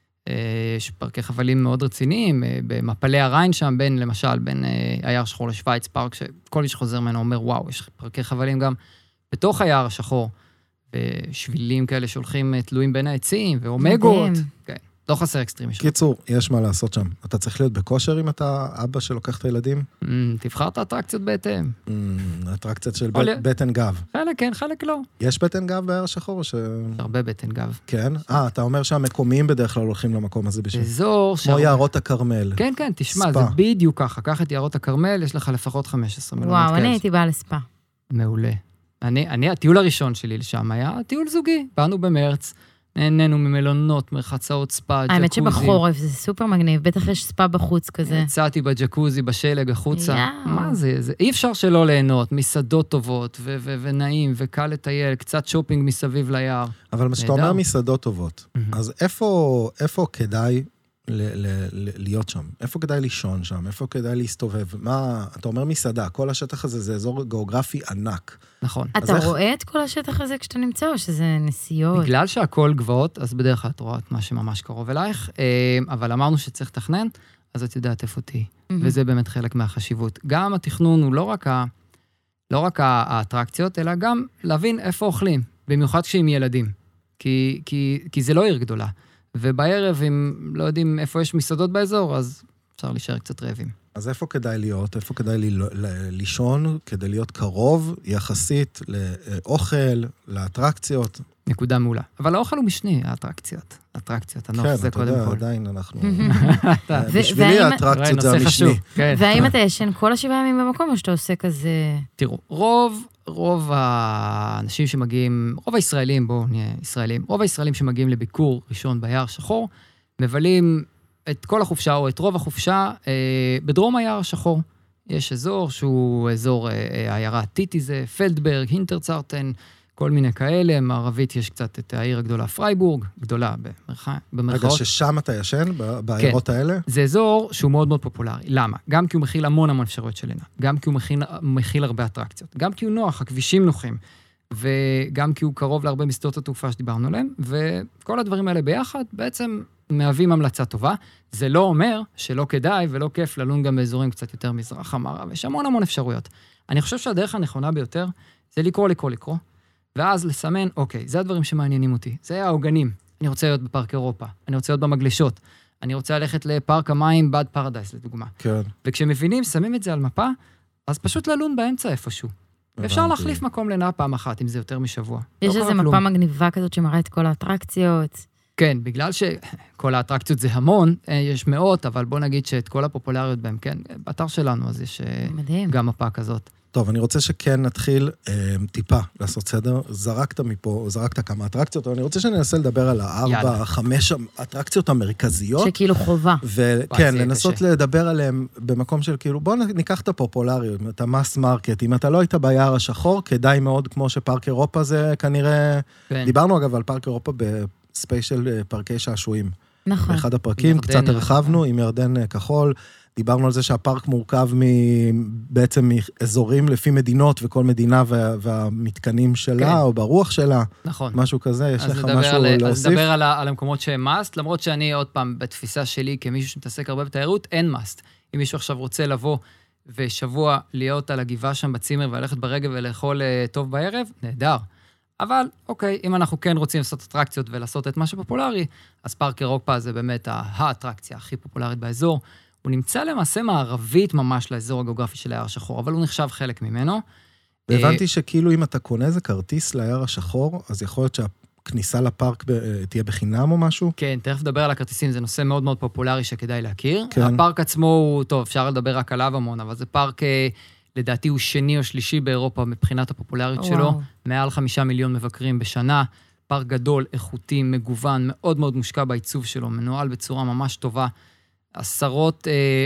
יש פארקי חבלים מאוד רציניים, במפלי הריין שם, למשל, בין היער השחור לשוויץ, פארק שכל מי שחוזר ממנו אומר, וואו, יש פארקי חבלים גם בתוך היער השחור. בשבילים כאלה שהולכים תלויים בין העצים, ואומגות. כן, לא חסר אקסטרימי. קיצור, יש מה לעשות שם. אתה צריך להיות בכושר אם אתה אבא שלוקח את הילדים? תבחר את האטרקציות בהתאם. האטרקציות של בטן גב. חלק כן, חלק לא. יש בטן גב בהר השחור? הרבה בטן גב. כן? אתה אומר שהמקומיים בדרך כלל הולכים למקום הזה בשביל. אזור כמו יערות הכרמל. כן, כן, תשמע, זה בדיוק ככה. קח את יערות הכרמל, יש לך לפחות 15 מלונות כאלה. וואו, אני הייתי באה לספה. מעולה. הטיול הראשון שלי לשם היה טיול זוגי. באנו במרץ, נהנינו ממלונות, מרחצאות ספה, ג'קוזי. האמת שבחורף זה סופר מגניב, בטח יש ספה בחוץ כזה. יצאתי בג'קוזי, בשלג, החוצה. מה זה? אי אפשר שלא ליהנות, מסעדות טובות ונעים, וקל לטייל, קצת שופינג מסביב ליער. אבל כשאתה אומר מסעדות טובות, אז איפה כדאי להיות שם? איפה כדאי לישון שם? איפה כדאי להסתובב? מה, אתה אומר מסעדה, כל השטח הזה זה אזור גיאוגרפי ענק. נכון. אתה רואה את כל השטח הזה כשאתה נמצא, או שזה נסיעות? בגלל שהכל גבוהות, אז בדרך כלל את רואה את מה שממש קרוב אלייך, אבל אמרנו שצריך לתכנן, אז את יודעת איפה תהי. וזה באמת חלק מהחשיבות. גם התכנון הוא לא רק האטרקציות, אלא גם להבין איפה אוכלים, במיוחד כשהם ילדים. כי זה לא עיר גדולה. ובערב, אם לא יודעים איפה יש מסעדות באזור, אז אפשר להישאר קצת רעבים. אז איפה כדאי להיות? איפה כדאי לישון כדי להיות קרוב יחסית לאוכל, לאטרקציות? נקודה מעולה. אבל האוכל הוא משני, האטרקציות. הנוף זה קודם כל. כן, אתה יודע, עדיין אנחנו... בשבילי האטרקציות זה המשני. והאם אתה ישן כל 7 ימים במקום, או שאתה עושה כזה... תראו, רוב האנשים שמגיעים, רוב הישראלים, בואו נהיה ישראלים, רוב הישראלים שמגיעים לביקור ראשון ביער שחור, מבלים את כל החופשה או את רוב החופשה בדרום היער השחור. יש אזור שהוא אזור העיירה טיטיזה, פלדברג, הינטרצרטן, כל מיני כאלה, מערבית יש קצת את העיר הגדולה פרייבורג, גדולה במרכאות. רגע, ששם אתה ישן, בעירות האלה? זה אזור שהוא מאוד מאוד פופולרי. למה? גם כי הוא מכיל המון המון אפשרויות של לינה, גם כי הוא מכיל הרבה אטרקציות, גם כי הוא נוח, הכבישים נוחים, וגם כי הוא קרוב להרבה משדות התעופה שדיברנו עליהם, וכל הדברים האלה ביחד בעצם מהווים המלצה טובה. זה לא אומר שלא כדאי ולא כיף ללון גם באזורים קצת יותר מזרח המערב, יש המון המון אפשרויות. אני חושב שהדרך הנכונה ביותר זה לקרוא, ואז לסמן, אוקיי, זה הדברים שמעניינים אותי, זה העוגנים. אני רוצה להיות בפארק אירופה, אני רוצה להיות במגלשות, אני רוצה ללכת לפארק המים בד פרדייס, לדוגמה. כן. וכשמבינים, שמים את זה על מפה, אז פשוט ללון באמצע איפשהו. אפשר להחליף מקום לינה פעם אחת, אם זה יותר משבוע. יש איזו מפה מגניבה כזאת שמראה את כל האטרקציות. כן, בגלל שכל האטרקציות זה המון, יש מאות, אבל בוא נגיד שאת כל הפופולריות בהם, כן, באתר שלנו, אז יש גם מפה כזאת. טוב, אני רוצה שכן נתחיל טיפה לעשות סדר. זרקת כמה אטרקציות, אבל אני רוצה שננסה לדבר על 4-5 אטרקציות המרכזיות. שכאילו חובה. וכן, לנסות לדבר עליהם במקום של כאילו, בוא ניקח את הפופולריות, את המס מרקט. אם אתה לא היית ביער השחור, כדאי מאוד, כמו שפארק אירופה זה כנראה... דיברנו אגב על פארק אירופה בספיישל פארקי שעשועים. נכון. באחד הפרקים, קצת הרחבנו עם ירדן כחול. דיברנו על זה שהפארק מורכב בעצם מאזורים לפי מדינות, וכל מדינה והמתקנים שלה, או ברוח שלה. נכון. משהו כזה, יש לך משהו להוסיף? אז נדבר על המקומות שהם מאסט, למרות שאני עוד פעם, בתפיסה שלי, כמישהו שמתעסק הרבה בתיירות, אין מאסט. אם מישהו עכשיו רוצה לבוא ושבוע להיות על הגבעה שם בצימר, וללכת ברגע ולאכול טוב בערב, נהדר. אבל, אוקיי, אם אנחנו כן רוצים לעשות אטרקציות ולעשות את מה שפופולרי, אז פארק אירופה זה באמת האטרקציה הכי פופולרית באזור. הוא נמצא למעשה מערבית ממש לאזור הגיאוגרפי של היער השחור, אבל הוא נחשב חלק ממנו. והבנתי שכאילו אם אתה קונה איזה כרטיס ליער השחור, אז יכול להיות שהכניסה לפארק תהיה בחינם או משהו? כן, תכף לדבר על הכרטיסים, זה נושא מאוד מאוד פופולרי שכדאי להכיר. כן. הפארק עצמו הוא, טוב, אפשר לדבר רק עליו המון, אבל זה פארק, לדעתי הוא שני או שלישי באירופה מבחינת הפופולריות שלו, מעל 5 מיליון מבקרים בשנה, פארק גדול, איכותי, מגוון, מאוד מאוד מושקע בעיצוב שלו, מנוהל בצורה ממש טובה. עשרות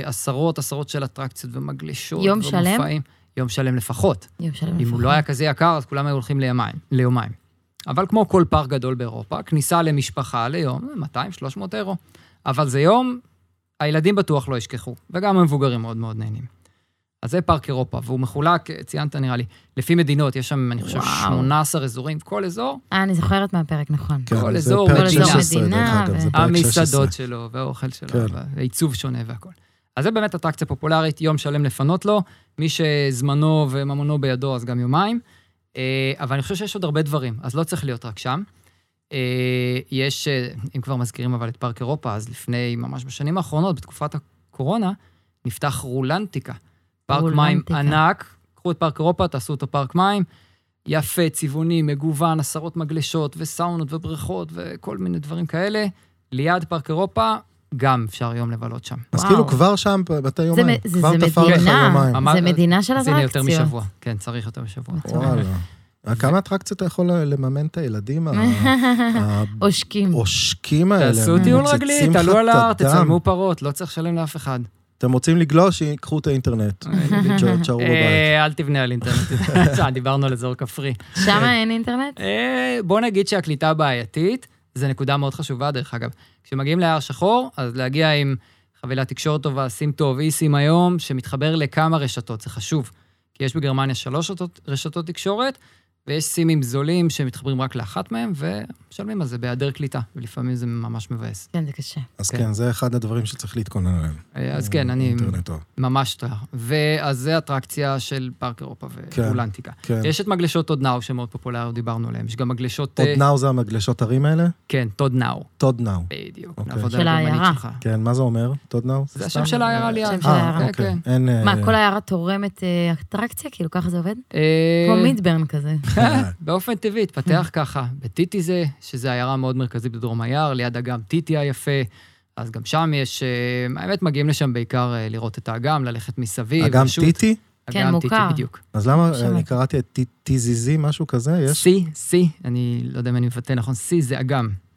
של אטרקציות ומגלשות יום שלם? יום שלם לפחות. יום שלם אם לפחות. הוא לא היה כזה יקר, אז כולם היו הולכים ליומיים. אבל כמו כל פארק גדול באירופה, כניסה למשפחה ליום, 200-300 אירו. אבל זה יום, הילדים בטוח לא ישכחו, וגם המבוגרים מאוד מאוד נהנים. אז זה פארק אירופה, והוא מחולק, ציינת נראה לי, לפי מדינות, יש שם, אני חושב, 18 אזורים, כל אזור. אני זוכרת מהפרק, נכון. כל אזור מדינה. המסעדות שלו, והאוכל שלו, והעיצוב שונה והכל. אז זה באמת אטרקציה פופולרית, יום שלם לפנות לו, מי שזמנו וממונו בידו, אז גם יומיים. אבל אני חושב שיש עוד הרבה דברים, אז לא צריך להיות רק שם. יש, אם כבר מזכירים אבל את פארק אירופה, אז לפני, ממש בשנים האחרונות, בתקופת הקורונה, נפתח רולנטיקה. פארק מים ענק, קחו את פארק אירופה, תעשו אותו פארק מים, יפה, צבעוני, מגוון, עשרות מגלשות וסאונות ובריכות וכל מיני דברים כאלה. ליד פארק אירופה, גם אפשר יום לבלות שם. אז כאילו כבר שם, בתי יומיים, כבר תפר לך יומיים. זה מדינה של אטרקציות. זה יותר משבוע, כן, צריך יותר משבוע. וואלה. כמה אטרקציות אתה יכול לממן את הילדים? עושקים האלה. תעשו טיול רגלי, תעלו על ההר, תצלמו פרות, לא צריך לשלם לאף אחד. אתם רוצים לגלוש, שיקחו את האינטרנט. תשארו בבית. אל תבנה על אינטרנט. דיברנו על אזור כפרי. שם אין אינטרנט? בוא נגיד שהקליטה בעייתית, זו נקודה מאוד חשובה, דרך אגב. כשמגיעים ליער שחור, אז להגיע עם חבילת תקשורת טובה, סים טוב, אי-סים היום, שמתחבר לכמה רשתות, זה חשוב. כי יש בגרמניה 3 רשתות תקשורת, ויש סימים זולים שמתחברים רק לאחת מהם, ומשלמים על זה בהיעדר קליטה, ולפעמים זה ממש מבאס. כן, זה קשה. אז כן, זה אחד הדברים שצריך להתכונן עליהם. אז כן, אני ממש טועה. ואז זה אטרקציה של פארק אירופה ורולנטיקה. יש את מגלשות תודנאו, שמאוד פופולריות, דיברנו עליהם. יש גם מגלשות... תודנאו זה המגלשות הרים האלה? כן, תודנאו. תודנאו. בדיוק. של העיירה. כן, מה זה אומר? תודנאו? זה השם של העיירה ליד. מה, כל העיירה תורמת אטרקציה? כאילו ככה זה עובד? כמו מידברן כזה. באופן טבעי, התפתח ככה, בטיטי זה, שזה העיירה מאוד מרכזית בדרום היער, ליד אגם טיטי היפה, אז גם שם יש, האמת מגיעים לשם בעיקר לראות את האגם, ללכת מסביב. אגם טיטי? כן, מוכר. בדיוק. אז למה, אני קראתי את טיזיזי, משהו כזה, יש? סי, אני לא יודע אם אני מפתה נכון, סי זה אגם.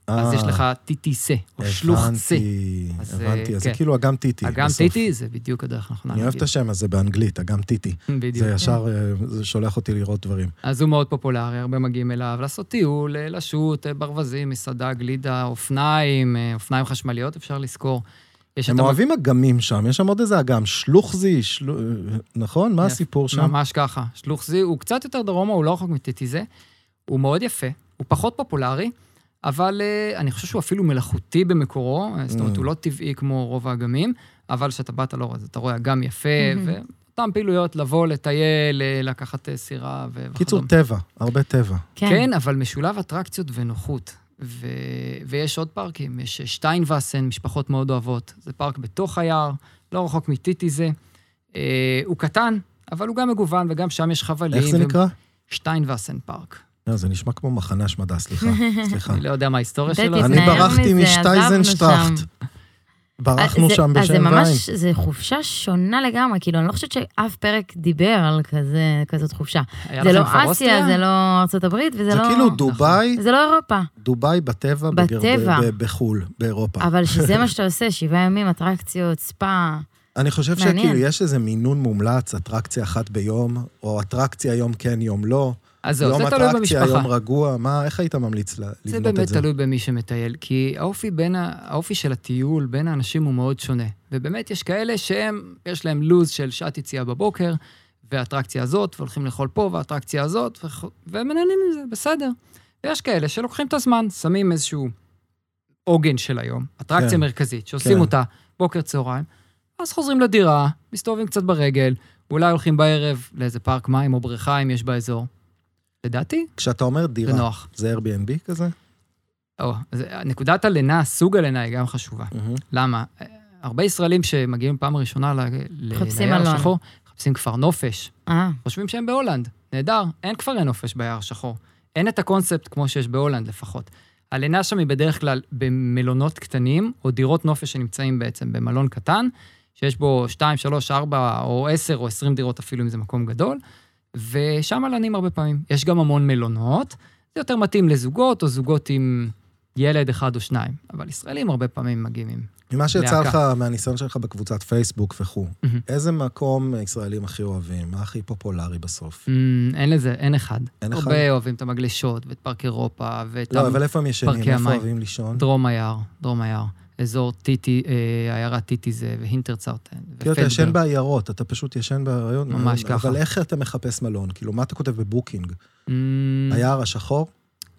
אז יש לך טיטיסה, או שלוח סה. הבנתי, אז זה כאילו אגם טיטי. אגם טיטי זה בדיוק הדרך נכונה. אני אוהב את השם הזה באנגלית, אגם טיטי. בדיוק. זה ישר, זה שולח אותי לראות דברים. אז הוא מאוד פופולרי, הרבה מגיעים אליו, לעשות טיול, לשוט, ברווזים, מסעדה, גלידה, אופניים חשמליות, אפשר לזכור. הם אוהבים אגמים שם, יש שם עוד איזה אגם, שלוחזי, נכון? מה הסיפור שם? ממש ככה. שלוחזי הוא קצת יותר דרומה, הוא לא רחוק מטיטיזה, הוא מאוד יפה, הוא פחות פופולרי, אבל אני חושב שהוא אפילו מלאכותי במקורו, זאת אומרת, הוא לא טבעי כמו רוב האגמים, אבל כשאתה באת לא רואה, אתה רואה אגם יפה, ואותם פעילויות לבוא, לטייל, לקחת סירה וכדומה. קיצור טבע, הרבה טבע. כן, אבל משולב אטרקציות ונוחות. ויש עוד פארקים, יש שטיינווסן, משפחות מאוד אוהבות. זה פארק בתוך היער, לא רחוק מטיטיזה. הוא קטן, אבל הוא גם מגוון, וגם שם יש חבלים. איך זה נקרא? שטיינווסן פארק. זה נשמע כמו מחנה השמדה, סליחה. אני לא יודע מה ההיסטוריה שלו. אני ברחתי משטייזנשטראכט. ברחנו שם בשם ויים. ממש, זה חופשה שונה לגמרי, כאילו, אני לא חושבת שאף פרק דיבר על כזאת חופשה. זה לא אסיה, זה לא ארצות הברית, וזה לא... זה כאילו דוביי. זה לא אירופה. דוביי בטבע. בחול, באירופה. אבל שזה מה שאתה עושה, 7 ימים, אטרקציות, ספא. אני חושב שכאילו יש איזה מינון מומלץ, אטרקציה אחת ביום, או אטרקציה יום כן, יום לא. אז זהו, זה תלוי במשפחה. יום אטרקציה, יום רגוע, איך היית ממליץ לבנות את זה? זה באמת תלוי במי שמטייל, כי האופי של הטיול בין האנשים הוא מאוד שונה. ובאמת יש כאלה יש להם לוז של שעת יציאה בבוקר, והאטרקציה הזאת, והולכים לאכול פה, והאטרקציה הזאת, והם מנהלים עם זה, בסדר. ויש כאלה שלוקחים את הזמן, שמים איזשהו עוגן של היום, אטרקציה מרכזית, שעושים אותה בוקר צהריים, אז חוזרים לדירה, מסתובבים קצת ברגל, ואולי הולכים בערב לאיזה פארק מים או בריכה אם יש באזור. לדעתי? כשאתה אומר דירה, בנוח. זה Airbnb כזה? נקודת הלינה, סוג הלינה היא גם חשובה. למה? הרבה ישראלים שמגיעים פעם ראשונה ליער השחור, מחפשים כפר נופש. חושבים שהם בהולנד. נהדר, אין כפרי נופש ביער השחור. אין את הקונספט כמו שיש בהולנד לפחות. הלינה שם היא בדרך כלל במלונות קטנים, או דירות נופש שנמצאים בעצם במלון קטן, שיש בו 2, 3, 4 או 10 או 20 דירות אפילו אם זה מקום גדול, ושם מלונים הרבה פעמים. יש גם המון מלונות, זה יותר מתאים לזוגות, או זוגות עם ילד אחד או שניים, אבל ישראלים הרבה פעמים מגיעים עם להקה. ממה שיצא לך, מהניסיון שלך בקבוצת פייסבוק וכו', איזה מקום ישראלים הכי אוהבים? מה הכי פופולרי בסוף? אין לזה, אין אחד. הרבה אוהבים את המגלשות, ואת פארק אירופה, ואת לא, אבל איפה הם ישנים? איפה אוהבים לישון? דרום היער. אזור טיטי, העיירה טיטי זה, והינטרצאוטן. כי אתה ישן בעיירות, אתה פשוט ישן בעיירות. ממש ככה. אבל איך אתה מחפש מלון? כאילו, מה אתה כותב בבוקינג? היער השחור?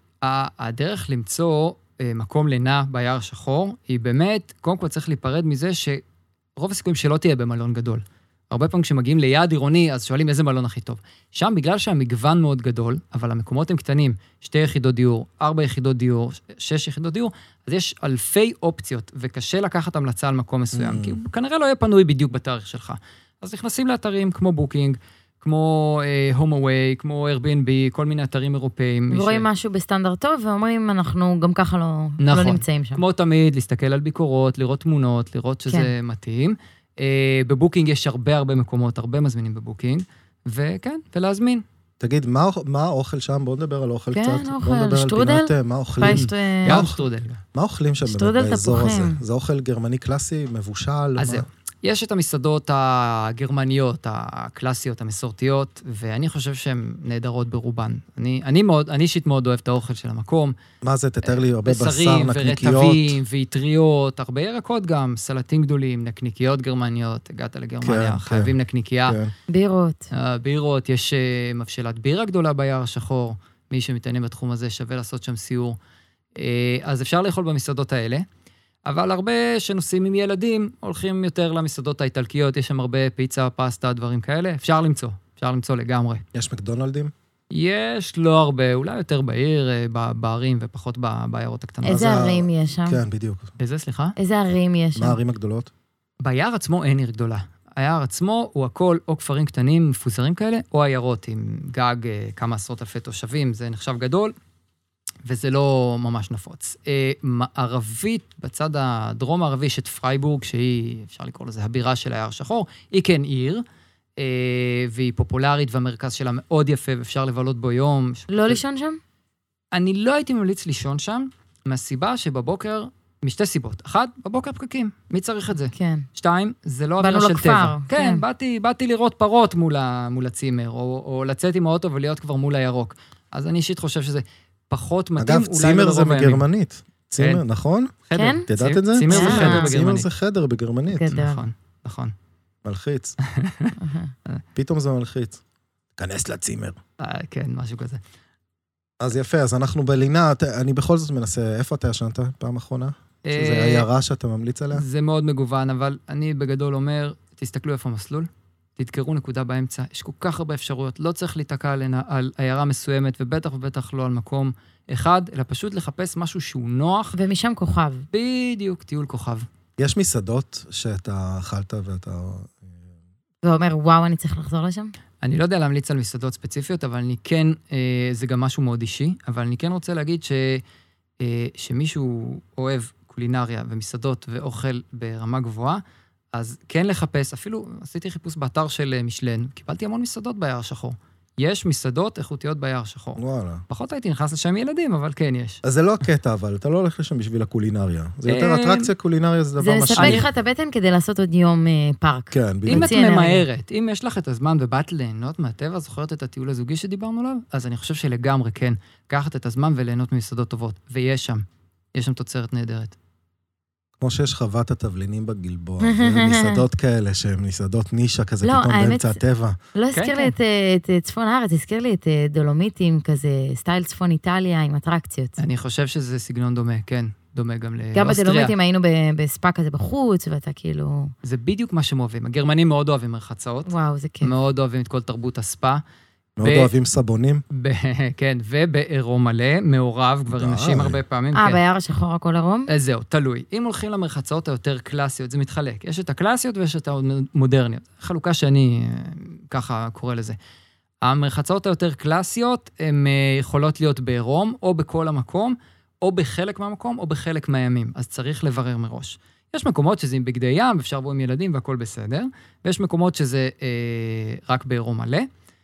הדרך למצוא מקום לינה ביער השחור, היא באמת, קודם כל צריך להיפרד מזה שרוב הסיכויים שלא תהיה במלון גדול. הרבה פעמים כשמגיעים ליעד עירוני, אז שואלים איזה מלון הכי טוב. שם, בגלל שהמגוון מאוד גדול, אבל המקומות הם קטנים, 2 יחידות דיור, 4 יחידות דיור, 6 יחידות דיור, אז יש אלפי אופציות, וקשה לקחת המלצה על מקום מסוים, כי הוא כנראה לא יהיה פנוי בדיוק בתאריך שלך. אז נכנסים לאתרים כמו בוקינג, כמו HomeAway, כמו Airbnb, כל מיני אתרים אירופאים. ורואים משהו בסטנדרט טוב, ואומרים, אנחנו גם ככה לא נמצאים שם. כמו תמיד, להסתכל על ביקורות, לראות תמונות, לראות שזה מתאים. בבוקינג יש הרבה מקומות, הרבה מזמינים בבוקינג, וכן, ולהזמין. תגיד, מה האוכל שם? בואו נדבר על אוכל קצת. כן, אוכל, שטרודל? מה אוכלים? גם שטרודל. מה אוכלים שם באזור הזה? זה אוכל גרמני קלאסי, מבושל? אז זהו. יש את המסעדות הגרמניות, הקלאסיות, המסורתיות, ואני חושב שהן נהדרות ברובן. אני אישית מאוד אוהב את האוכל של המקום. מה זה? תתאר לי הרבה בשר, נקניקיות. ורטבים, ויטריות, הרבה ירקות גם, סלטים גדולים, נקניקיות גרמניות, הגעת לגרמניה, חייבים נקניקייה. בירות, יש מבשלת בירה גדולה ביער השחור, מי שמתעניין בתחום הזה שווה לעשות שם סיור. אז אפשר לאכול במסעדות האלה. אבל הרבה שנוסעים עם ילדים הולכים יותר למסעדות האיטלקיות, יש שם הרבה פיצה, פסטה, דברים כאלה, אפשר למצוא לגמרי. יש מקדונלדים? יש, לא הרבה, אולי יותר בעיר, בערים ופחות בעיירות הקטנות. איזה ערים יש שם? כן, בדיוק. איזה, סליחה? איזה ערים יש שם? מה הערים הגדולות? ביער עצמו אין עיר גדולה. היער עצמו הוא הכל או כפרים קטנים, מפוזרים כאלה, או עיירות עם גג כמה עשרות אלפי תושבים, זה נחשב גדול. וזה לא ממש נפוץ. מערבית, בצד הדרום הערבי, יש את פרייבורג, שהיא, אפשר לקרוא לזה, הבירה של היער השחור, היא כן עיר, והיא פופולרית, והמרכז שלה מאוד יפה, ואפשר לבלות בו יום. לא לישון שם? אני לא הייתי ממליץ לישון שם, מהסיבה שבבוקר, משתי סיבות. 1, בבוקר פקקים. מי צריך את זה? כן. 2, זה לא אווירה של טבע. כן, באתי לראות פרות מול הצימר, או לצאת עם האוטו ולהיות כבר מול הירוק. אז אני אישית חושב שזה פחות מתאים. אגב, צימר זה בגרמנית. צימר, נכון? כן? תדעת את זה? צימר זה חדר בגרמנית. צימר זה חדר בגרמנית. נכון. מלחיץ. פתאום זה מלחיץ. כנס לצימר. כן, משהו כזה. אז יפה, אז אנחנו בלינה, אני בכל זאת מנסה, איפה אתה ישנת פעם אחרונה? שזה עיירה שאתה ממליץ עליה? זה מאוד מגוון, אבל אני בגדול אומר, תסתכלו איפה המסלול, תתקרו נקודה באמצע, יש כל כך הרבה אפשרויות, לא צריך להתעקע על עיירה מסוימת, ובטח לא על מקום אחד, אלא פשוט לחפש משהו שהוא נוח. ומשם כוכב. בדיוק, טיול כוכב. יש מסעדות שאתה אכלת ואתה... ואומר, וואו, אני צריך לחזור לשם? אני לא יודע להמליץ על מסעדות ספציפיות, אבל אני כן, זה גם משהו מאוד אישי, אבל אני כן רוצה להגיד שמישהו אוהב קולינריה ומסעדות ואוכל ברמה גבוהה, אז כן לחפש, אפילו עשיתי חיפוש באתר של משלן, קיבלתי המון מסעדות ביער השחור. יש מסעדות איכותיות ביער השחור. וואלה. פחות הייתי נכנס לשם ילדים, אבל כן יש. אז זה לא הקטע, אבל אתה לא הולך לשם בשביל הקולינריה. זה יותר אטרקציה קולינריה, זה דבר משהו. זה לספק לך את הבטן כדי לעשות עוד יום פארק. כן, אם את ממהרת, אם יש לך את הזמן ובאת ליהנות מהטבע, זוכרת את הטיול הזוגי שדיברנו עליו? אז אני חושב שלגמרי כן, לקחת את הזמן וליהנות ממסעדות טובות. ויש שם תוצרת נהדרת. כמו שיש חוות התבלינים בגלבוע, מסעדות כאלה, שהן מסעדות נישה כזה, פתאום באמצע הטבע. לא הזכיר לי את צפון הארץ, הזכיר לי את דולומיטים כזה, סטייל צפון איטליה עם אטרקציות. אני חושב שזה סגנון דומה, כן. דומה גם לאוסטריה. גם בדולומיטים היינו בספא כזה בחוץ, ואתה כאילו... זה בדיוק מה שהם אוהבים. הגרמנים מאוד אוהבים מרחצאות. וואו, זה כיף. מאוד אוהבים את כל תרבות הספא. מאוד אוהבים סבונים. כן, ובעירום מלא, מעורב, גברים נשים הרבה פעמים. ביער השחור הכל עירום? זהו, תלוי. אם הולכים למרחצאות היותר קלאסיות, זה מתחלק. יש את הקלאסיות ויש את המודרניות. חלוקה שאני ככה קורא לזה. המרחצאות היותר קלאסיות, הן יכולות להיות בעירום, או בכל המקום, או בחלק מהמקום, או בחלק מהימים. אז צריך לברר מראש. יש מקומות שזה עם בגדי ים, אפשר לבוא עם ילדים והכל בסדר, ויש מקומות שזה רק בעירום מלא.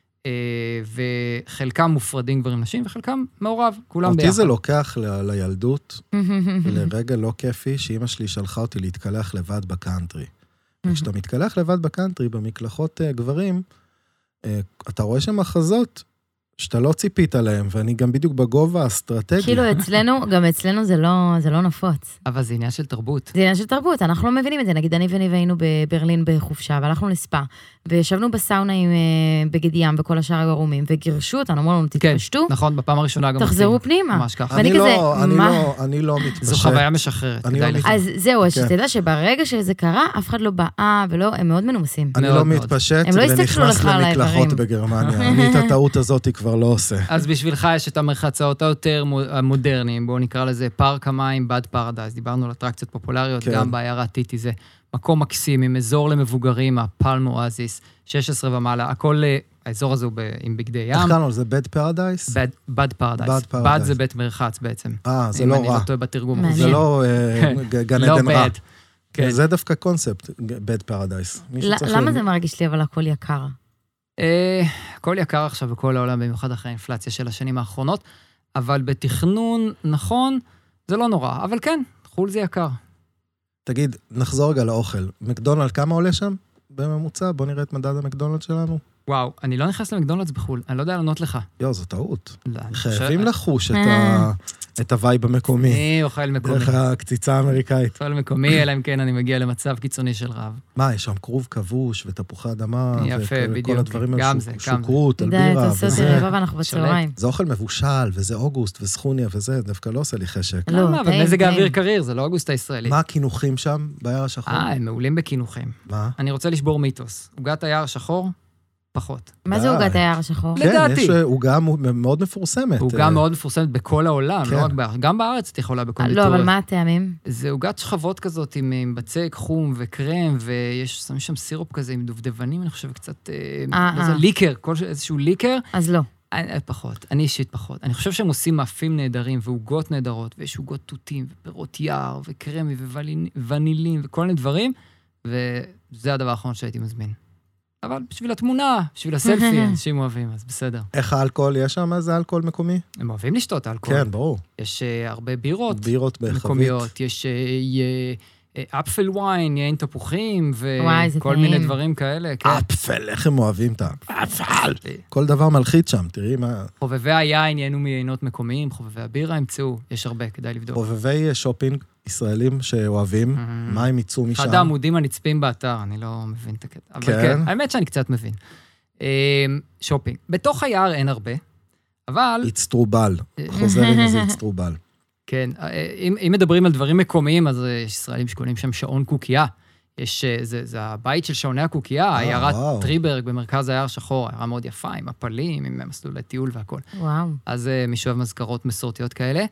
וחלקם מופרדים גברים נשים, וחלקם מעורב, כולם ביחד. אותי זה לוקח לילדות, לרגע לא כיפי, שאמא שלי שלחה אותי להתקלח לבד בקאנטרי. כשאתה מתקלח לבד בקאנטרי, במקלחות גברים, אתה רואה שם מחזות, שאתה לא ציפית עליהם, ואני גם בדיוק בגובה האסטרטגי. כאילו גם אצלנו זה לא נפוץ. אבל זה עניין של תרבות. זה עניין של תרבות, אנחנו לא מבינים את זה. נגיד, אני וניב היינו בברלין בחופשה, והלכנו לספא, וישבנו בסאונה עם בגד ים וכל השאר היו ערומים, וגירשו אותנו, אמרו לנו, תתפשטו. כן, נכון, בפעם הראשונה גם תחזרו פנימה. ממש ככה. אני לא מתפשט. זו חוויה משחררת. אז זהו, שתדע שברגע שזה קרה, אף אחד לא באה, ולא, הם מאוד מנומסים. אני לא מתפשט ונכנס למקלחות בגרמניה. אני את הטעות הזאת כבר לא עושה. אז בשבילך יש את המרחצאות היותר מודרניים, בואו נקרא לזה פארק המים, בד פרדייז, דיברנו על אטרקציות פופולריות, גם בעיירה טיטי זה מקום מקסים, עם אזור למבוגרים, הפלם אואזיס, 16 ומעלה, הכל, האזור הזה הוא עם בגדי ים. איך קראנו, זה בד פרדייז? בד פרדייז. בד זה בית מרחץ בעצם. זה לא רע. אם אני לא טועה בתרגום. זה לא גן עדן רע. כן. זה דווקא קונספט, בד פרדייס. למה זה מרגיש לי אבל הכל יקר? הכל יקר עכשיו בכל העולם, במיוחד אחרי האינפלציה של השנים האחרונות, אבל בתכנון נכון, זה לא נורא, אבל כן, חול זה יקר. תגיד, נחזור רגע לאוכל. מקדונלד, כמה עולה שם בממוצע? בוא נראה את מדד המקדונלד שלנו. וואו, אני לא נכנס למקדונלדס בחול, אני לא יודע לענות לך. זו טעות. חייבים לחוש את הווייב המקומי. אני אוכל מקומי. דרך הקציצה האמריקאית. אוכל מקומי, אלא אם כן אני מגיע למצב קיצוני של רב. מה, יש שם כרוב כבוש ותפוחי אדמה, יפה, בדיוק. וכל הדברים האלה, שוקרות, על בירה. די, תעשו אותי רבב, אנחנו בצהריים. זה אוכל מבושל, וזה אוגוסט וסכוניה וזה, דווקא לא עושה לי חשק. לא, אבל מזג האוויר קריר, זה לא אוגוסט הישראלי. מה הכינוחים שם ביער השחור? הם מעולים בכינוחים. מה? אני רוצה לשבור מיתוס. עוגת היער השחור, פחות. מה זה עוגת היער השחור? לדעתי. כן, יש עוגה מאוד מפורסמת. עוגה מאוד מפורסמת בכל העולם, לא רק בארץ. גם בארץ את יכולה בקונדיטוריה. לא, אבל מה הטעמים? זה עוגת שכבות כזאת עם בצק, חום וקרם, ויש שם סירופ כזה עם דובדבנים, אני חושב קצת, ליקר, איזשהו ליקר. אז לא. פחות, אני אישית פחות. אני חושב שהם עושים מאפים נהדרים ועוגות נהדרות, ויש עוגות תותים ופירות יער וקרמי וונילים וכל מיני דברים, וזה הדבר האחרון שהייתי מזמין. אבל בשביל התמונה, בשביל הסלפי, אנשים אוהבים, אז בסדר. איך האלכוהול? יש שם איזה אלכוהול מקומי? הם אוהבים לשתות אלכוהול. כן, ברור. יש הרבה בירות. בירות בחבית. מקומיות, יש אפל וויין, יין תפוחים, וואי, זה וכל מיני דברים כאלה. כן. אפל, איך הם אוהבים את האפל. כל דבר מלחיץ שם, תראי מה... חובבי היין ייהנו מיינות מקומיים, חובבי הבירה ימצאו, יש הרבה, כדאי לבדוק. חובבי שופינג ישראלים שאוהבים, מה הם יצאו משם? אחד העמודים הנצפים באתר, אני לא מבין את הקטע. אבל כן, האמת שאני קצת מבין. שופינג. בתוך היער אין הרבה, אבל... הצטרובל, חוזר עם איזה הצטרובל. כן, אם מדברים על דברים מקומיים, אז יש ישראלים שקונים שם שעון קוקייה. זה הבית של שעוני הקוקייה, העיירת טריברג במרכז היער שחור, העיירה מאוד יפה, עם הפלים, עם מסלולי טיול והכל. וואו. אז מישהו אוהב מזכרות מסורתיות כאלה.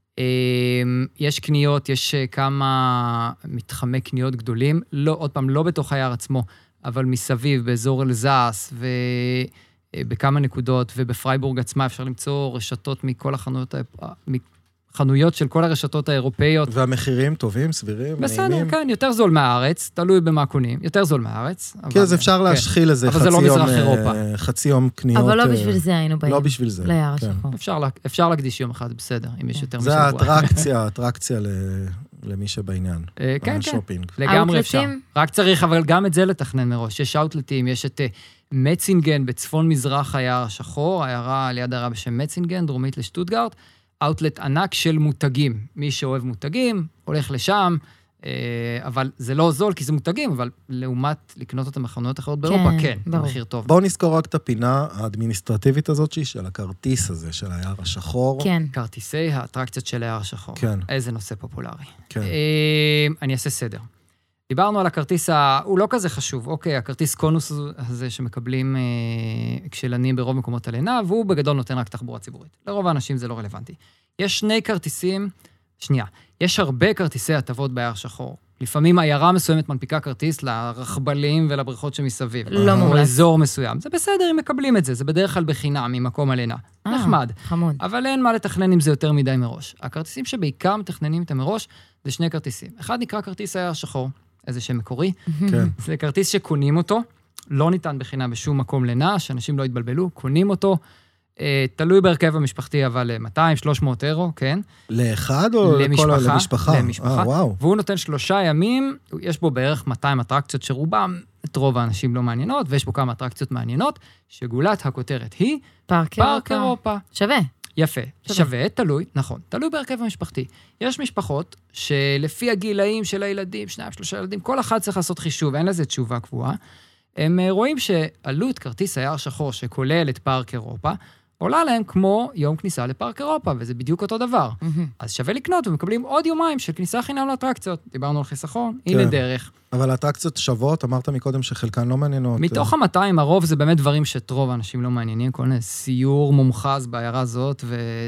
יש קניות, יש כמה מתחמי קניות גדולים, עוד פעם, לא בתוך היער עצמו, אבל מסביב, באזור אלזס, ובכמה נקודות, ובפרייבורג עצמה אפשר למצוא רשתות מכל חנויות של כל הרשתות האירופאיות. והמחירים טובים, סבירים, בסדר, נעימים. כן, יותר זול מהארץ, תלוי במה קונים, יותר זול מהארץ. כן, אז אפשר להשחיל איזה חצי יום קניות. אבל לא בשביל זה היינו באים. לא בשביל זה. ליער השחור. אפשר להקדיש יום אחד, בסדר, אם יש יותר משבוע. זה האטרקציה למי שבעניין. כן, השופינג. לגמרי אפשר. רק צריך, אבל גם את זה לתכנן מראש. יש אאוטלטים, יש את מצינגן בצפון מזרח היער השחור, העיירה ליד העיירה בשם מצינגן, דרומית לשטוטגרט. אאוטלט ענק של מותגים. מי שאוהב מותגים, הולך לשם, אבל זה לא זול כי זה מותגים, אבל לעומת לקנות אותם בחנויות אחרות באירופה, כן, במחיר טוב. בואו נזכור רק את הפינה האדמיניסטרטיבית הזאת של הכרטיס הזה, של היער השחור. כן. כרטיסי האטרקציות של היער השחור. כן. איזה נושא פופולרי. כן. אני אעשה סדר. דיברנו על הכרטיס, הוא לא כזה חשוב, אוקיי, הכרטיס קונוס הזה שמקבלים כשלנים ברוב מקומות הלינה, והוא בגדול נותן רק תחבורה ציבורית. לרוב האנשים זה לא רלוונטי. יש שני כרטיסים, יש הרבה כרטיסי הטבות ביער שחור. לפעמים עיירה מסוימת מנפיקה כרטיס לרכבלים ולבריכות שמסביב. לא מומלץ. או אזור מסוים. זה בסדר אם מקבלים את זה, זה בדרך כלל בחינם ממקום הלינה. נחמד. חמוד. אבל אין מה לתכנן עם זה יותר מדי מראש. הכרטיסים שבעיקר מתכננים איתם מראש, זה שני כרטיסים. אחד נקרא כרטיס היער שחור. איזה שם מקורי. כן. זה כרטיס שקונים אותו, לא ניתן בחינם בשום מקום לינה, שאנשים לא יתבלבלו, קונים אותו, תלוי בהרכב המשפחתי, אבל 200-300 אירו, כן? לאחד או למשפחה? למשפחה. והוא נותן 3 ימים, יש בו בערך 200 אטרקציות שרובם, את רוב האנשים לא מעניינות, ויש בו כמה אטרקציות מעניינות, שגולת הכותרת היא פארק אירופה. שווה. יפה, שווה, תלוי, נכון, תלוי בהרכב המשפחתי. יש משפחות שלפי הגילאים של הילדים, 2-3 ילדים, כל אחד צריך לעשות חישוב, אין לזה תשובה קבועה. הם רואים שעלות כרטיס היער שחור שכולל את פארק אירופה, עולה להם כמו יום כניסה לפארק אירופה, וזה בדיוק אותו דבר. אז שווה לקנות ומקבלים עוד יומיים של כניסה חינם לאטרקציות. דיברנו על חיסכון, הנה דרך. אבל האטרקציות שוות, אמרת מקודם שחלקן לא מעניינות. מתוך 200, הרוב זה באמת דברים שאת רוב האנשים לא מעניינים, כל מיני סיור מומחז בעיירה הזאת,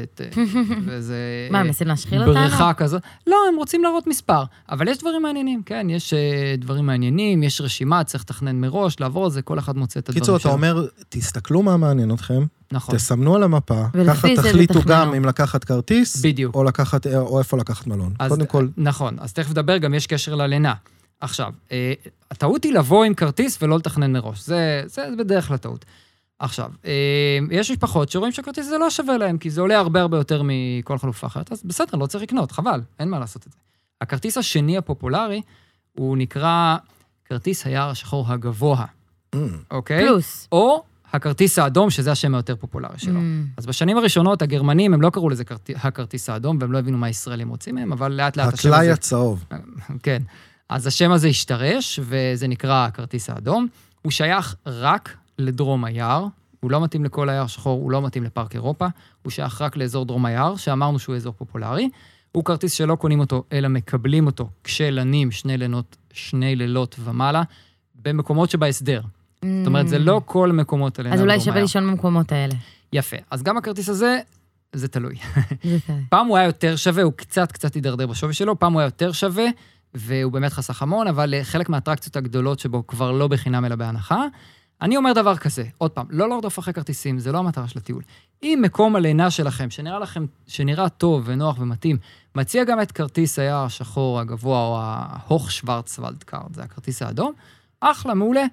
וזה... מה, מנסים להשחיל אותנו? בריכה כזאת. לא, הם רוצים להראות מספר, אבל יש דברים מעניינים, כן, יש דברים מעניינים, יש רשימה, צריך לתכנן מראש, לעבור את זה, כל אחד מוצא את הדברים שלו. קיצור, אתה אומר, תסתכלו מה מעניין אתכם, נכון. תסמנו על המפה, ככה תחליטו גם אם לקחת כרטיס, או איפה לקחת מלון. קודם כל... נכון, אז תכף נדבר, גם יש קשר ללינה. עכשיו, הטעות היא לבוא עם כרטיס ולא לתכנן מראש. זה בדרך כלל טעות. עכשיו, יש משפחות שרואים שהכרטיס זה לא שווה להם, כי זה עולה הרבה הרבה יותר מכל חלופה אחרת, אז בסדר, לא צריך לקנות, חבל, אין מה לעשות את זה. הכרטיס השני הפופולרי, הוא נקרא כרטיס היער השחור הגבוה. אוקיי? פלוס. או הכרטיס האדום, שזה השם היותר פופולרי שלו. אז בשנים הראשונות, הגרמנים, הם לא קראו לזה הכרטיס האדום, והם לא הבינו מה הישראלים רוצים מהם, אבל לאט לאט השם הזה... הטלאי הצהוב. כן. אז השם הזה השתרש, וזה נקרא הכרטיס האדום. הוא שייך רק לדרום היער, הוא לא מתאים לכל היער שחור, הוא לא מתאים לפארק אירופה, הוא שייך רק לאזור דרום היער, שאמרנו שהוא אזור פופולרי. הוא כרטיס שלא קונים אותו, אלא מקבלים אותו כשלנים 2 לילות ומעלה, במקומות שבהסדר. זאת אומרת, זה לא כל מקומות האלה. אז אולי שווה לישון במקומות האלה. יפה. אז גם הכרטיס הזה, זה תלוי. פעם הוא היה יותר שווה, הוא קצת הידרדר בשווי שלו, פעם הוא היה יותר שווה, והוא באמת חסך המון, אבל חלק מהאטרקציות הגדולות שבו כבר לא בחינם אלא בהנחה. אני אומר דבר כזה, עוד פעם, לא לרדוף אחרי כרטיסים, זה לא המטרה של הטיול. אם מקום הלינה שלכם, שנראה טוב ונוח ומתאים, מציע גם את כרטיס היער השחור הגבוה, או ההוך שוורצוולד קארד, זה הכרטיס האדום, אחלה, מעולה.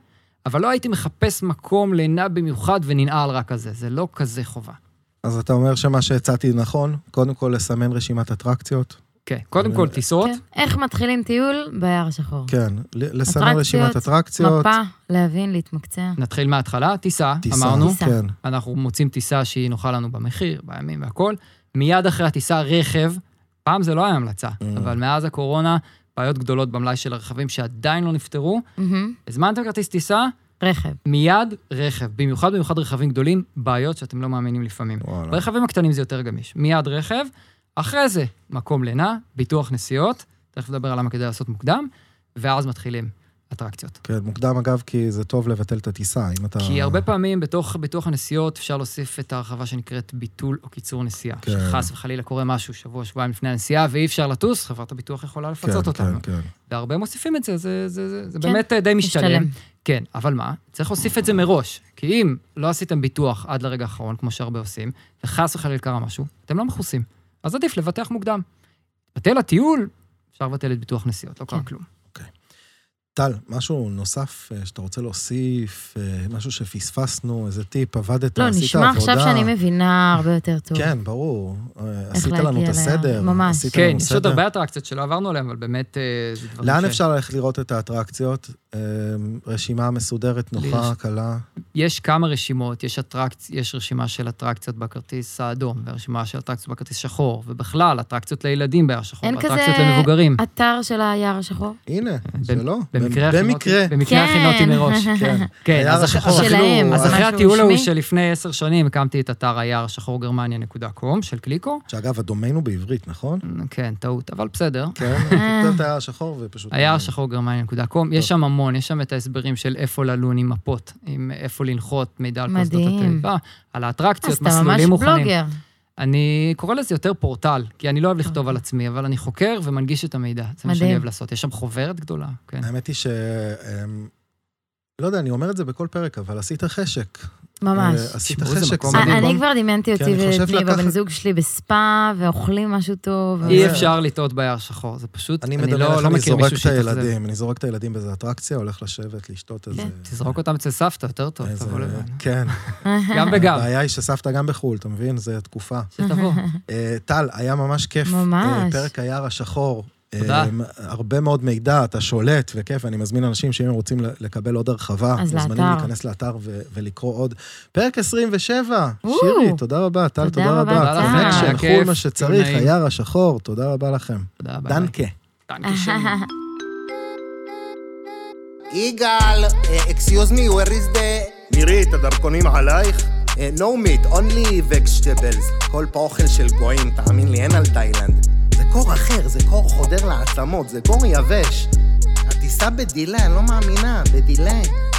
אבל לא הייתי מחפש מקום לינה במיוחד וננעל רק כזה, זה לא כזה חובה. אז אתה אומר שמה שהצעתי נכון, קודם כל לסמן רשימת אטרקציות. כן, קודם כל טיסות. איך מתחילים טיול ביער השחור? כן, לסמן רשימת אטרקציות. מפה, להבין, להתמקצע. נתחיל מההתחלה, טיסה, אמרנו. כן. אנחנו מוצאים טיסה שהיא נוחה לנו במחיר, בימים והכל. מיד אחרי הטיסה, רכב. פעם זה לא היה המלצה, אבל מאז הקורונה, בעיות גדולות במלאי של הרכבים שעדיין לא נפטרו. הזמנתם כרטיס טיסה, רכב. מיד רכב. במיוחד רכבים גדולים, בעיות שאתם לא מאמינים לפעמים. ברכבים הקטנים זה יותר גמיש. מיד רכב, אחרי זה מקום לינה, ביטוח נסיעות, תכף נדבר על למה כדי לעשות מוקדם, ואז מתחילים אטרקציות. כן, מוקדם אגב, כי זה טוב לבטל את הטיסה, אם אתה... כי הרבה פעמים בתוך ביטוח הנסיעות אפשר להוסיף את ההרחבה שנקראת ביטול או קיצור נסיעה. כן. שחס וחלילה קורה משהו שבועיים לפני הנסיעה, ואי אפשר לטוס, חברת הביטוח יכולה לפצות אותנו. כן. והרבה מוסיפים את זה, זה באמת די משתלם. כן, אבל מה? צריך להוסיף את זה מראש. כי אם לא עשיתם ביטוח עד לרגע האחרון, כמו שהרבה עושים, וחס וחלילה קרה משהו, אתם לא מכוסים. אז עדיף לבטח מוקדם. בטל הטיול, אפשר לבטל את ביטוח נסיעות, לא קרה כלום. טל, משהו נוסף שאתה רוצה להוסיף, משהו שפספסנו, איזה טיפ, עבדת, לא, עשית נשמע עבודה. עכשיו שאני מבינה הרבה יותר טוב. כן, ברור. עשית לנו את הסדר. ממש. כן, יש עוד הרבה אטרקציות שלא עברנו עליהן, אבל באמת זה דברים לאן אפשר ללכת לראות את האטרקציות? רשימה מסודרת, נוחה, קלה? יש כמה רשימות, יש רשימה של אטרקציות בכרטיס האדום, ורשימה של אטרקציות בכרטיס שחור, ובכלל, אטרקציות לילדים ביער שחור, ואטרקציות למבוגרים. אין כזה אתר של היער השחור? הנה, שלא. במקרה הכינותי מראש. כן, אז אחרי הטיול ההוא שלפני 10 שנים, הקמתי את אתר היער השחור גרמניה.com של קליקו. שאגב, הדומיין הוא בעברית, נכון? כן, טעות, אבל בסדר. כן, תכתוב את היער השחור ופשוט... היער השחור גרמניה.com, יש שם המון, יש שם את ההסברים של איפה ללון עם מפות, עם איפה לנחות מידע על כל שדות התעופה, על האטרקציות, מסלולים מוכנים. אז אתה ממש בלוגר. אני קורא לזה יותר פורטל, כי אני לא אוהב לכתוב על עצמי, אבל אני חוקר ומנגיש את המידע. זה מה שאני אוהב לעשות. יש שם חוברת גדולה. האמת היא לא יודע, אני אומר את זה בכל פרק, אבל עשית חשק. ממש. עשית חשק. אני כבר דימנתי אותי ובני בבן זוג שלי בספה, ואוכלים משהו טוב. אי אפשר לטעות ביער שחור, זה פשוט, אני לא מכיר מישהו שיתחזר. אני זורק את הילדים באיזו אטרקציה, הולך לשבת, לשתות איזה... תזרוק אותם אצל סבתא, יותר טוב. כן. גם וגם. הבעיה היא שסבתא גם בחול, אתה מבין? זו תקופה. שתבוא. טל, היה ממש כיף. פרק היער השחור. תודה. הרבה מאוד מידע, אתה שולט וכיף, אני מזמין אנשים שאם הם רוצים לקבל עוד הרחבה, מוזמנים להיכנס לאתר ולקרוא עוד. פרק 27, שירי, תודה רבה, טל, תודה רבה. קונקשן, חול מה שצריך, היער השחור, תודה רבה לכם. תודה רבה. דנקה. דנקה שלי. יגאל, excuse me, where is the... נירית, הדרכונים עלייך? no meat, only vegetables. כל פה אוכל של גויים, תאמין לי, אין על תאילנד. זה קור אחר, זה קור חודר לעצמות, זה קור יבש. הטיסה בדילה, אני לא מאמינה, בדילה.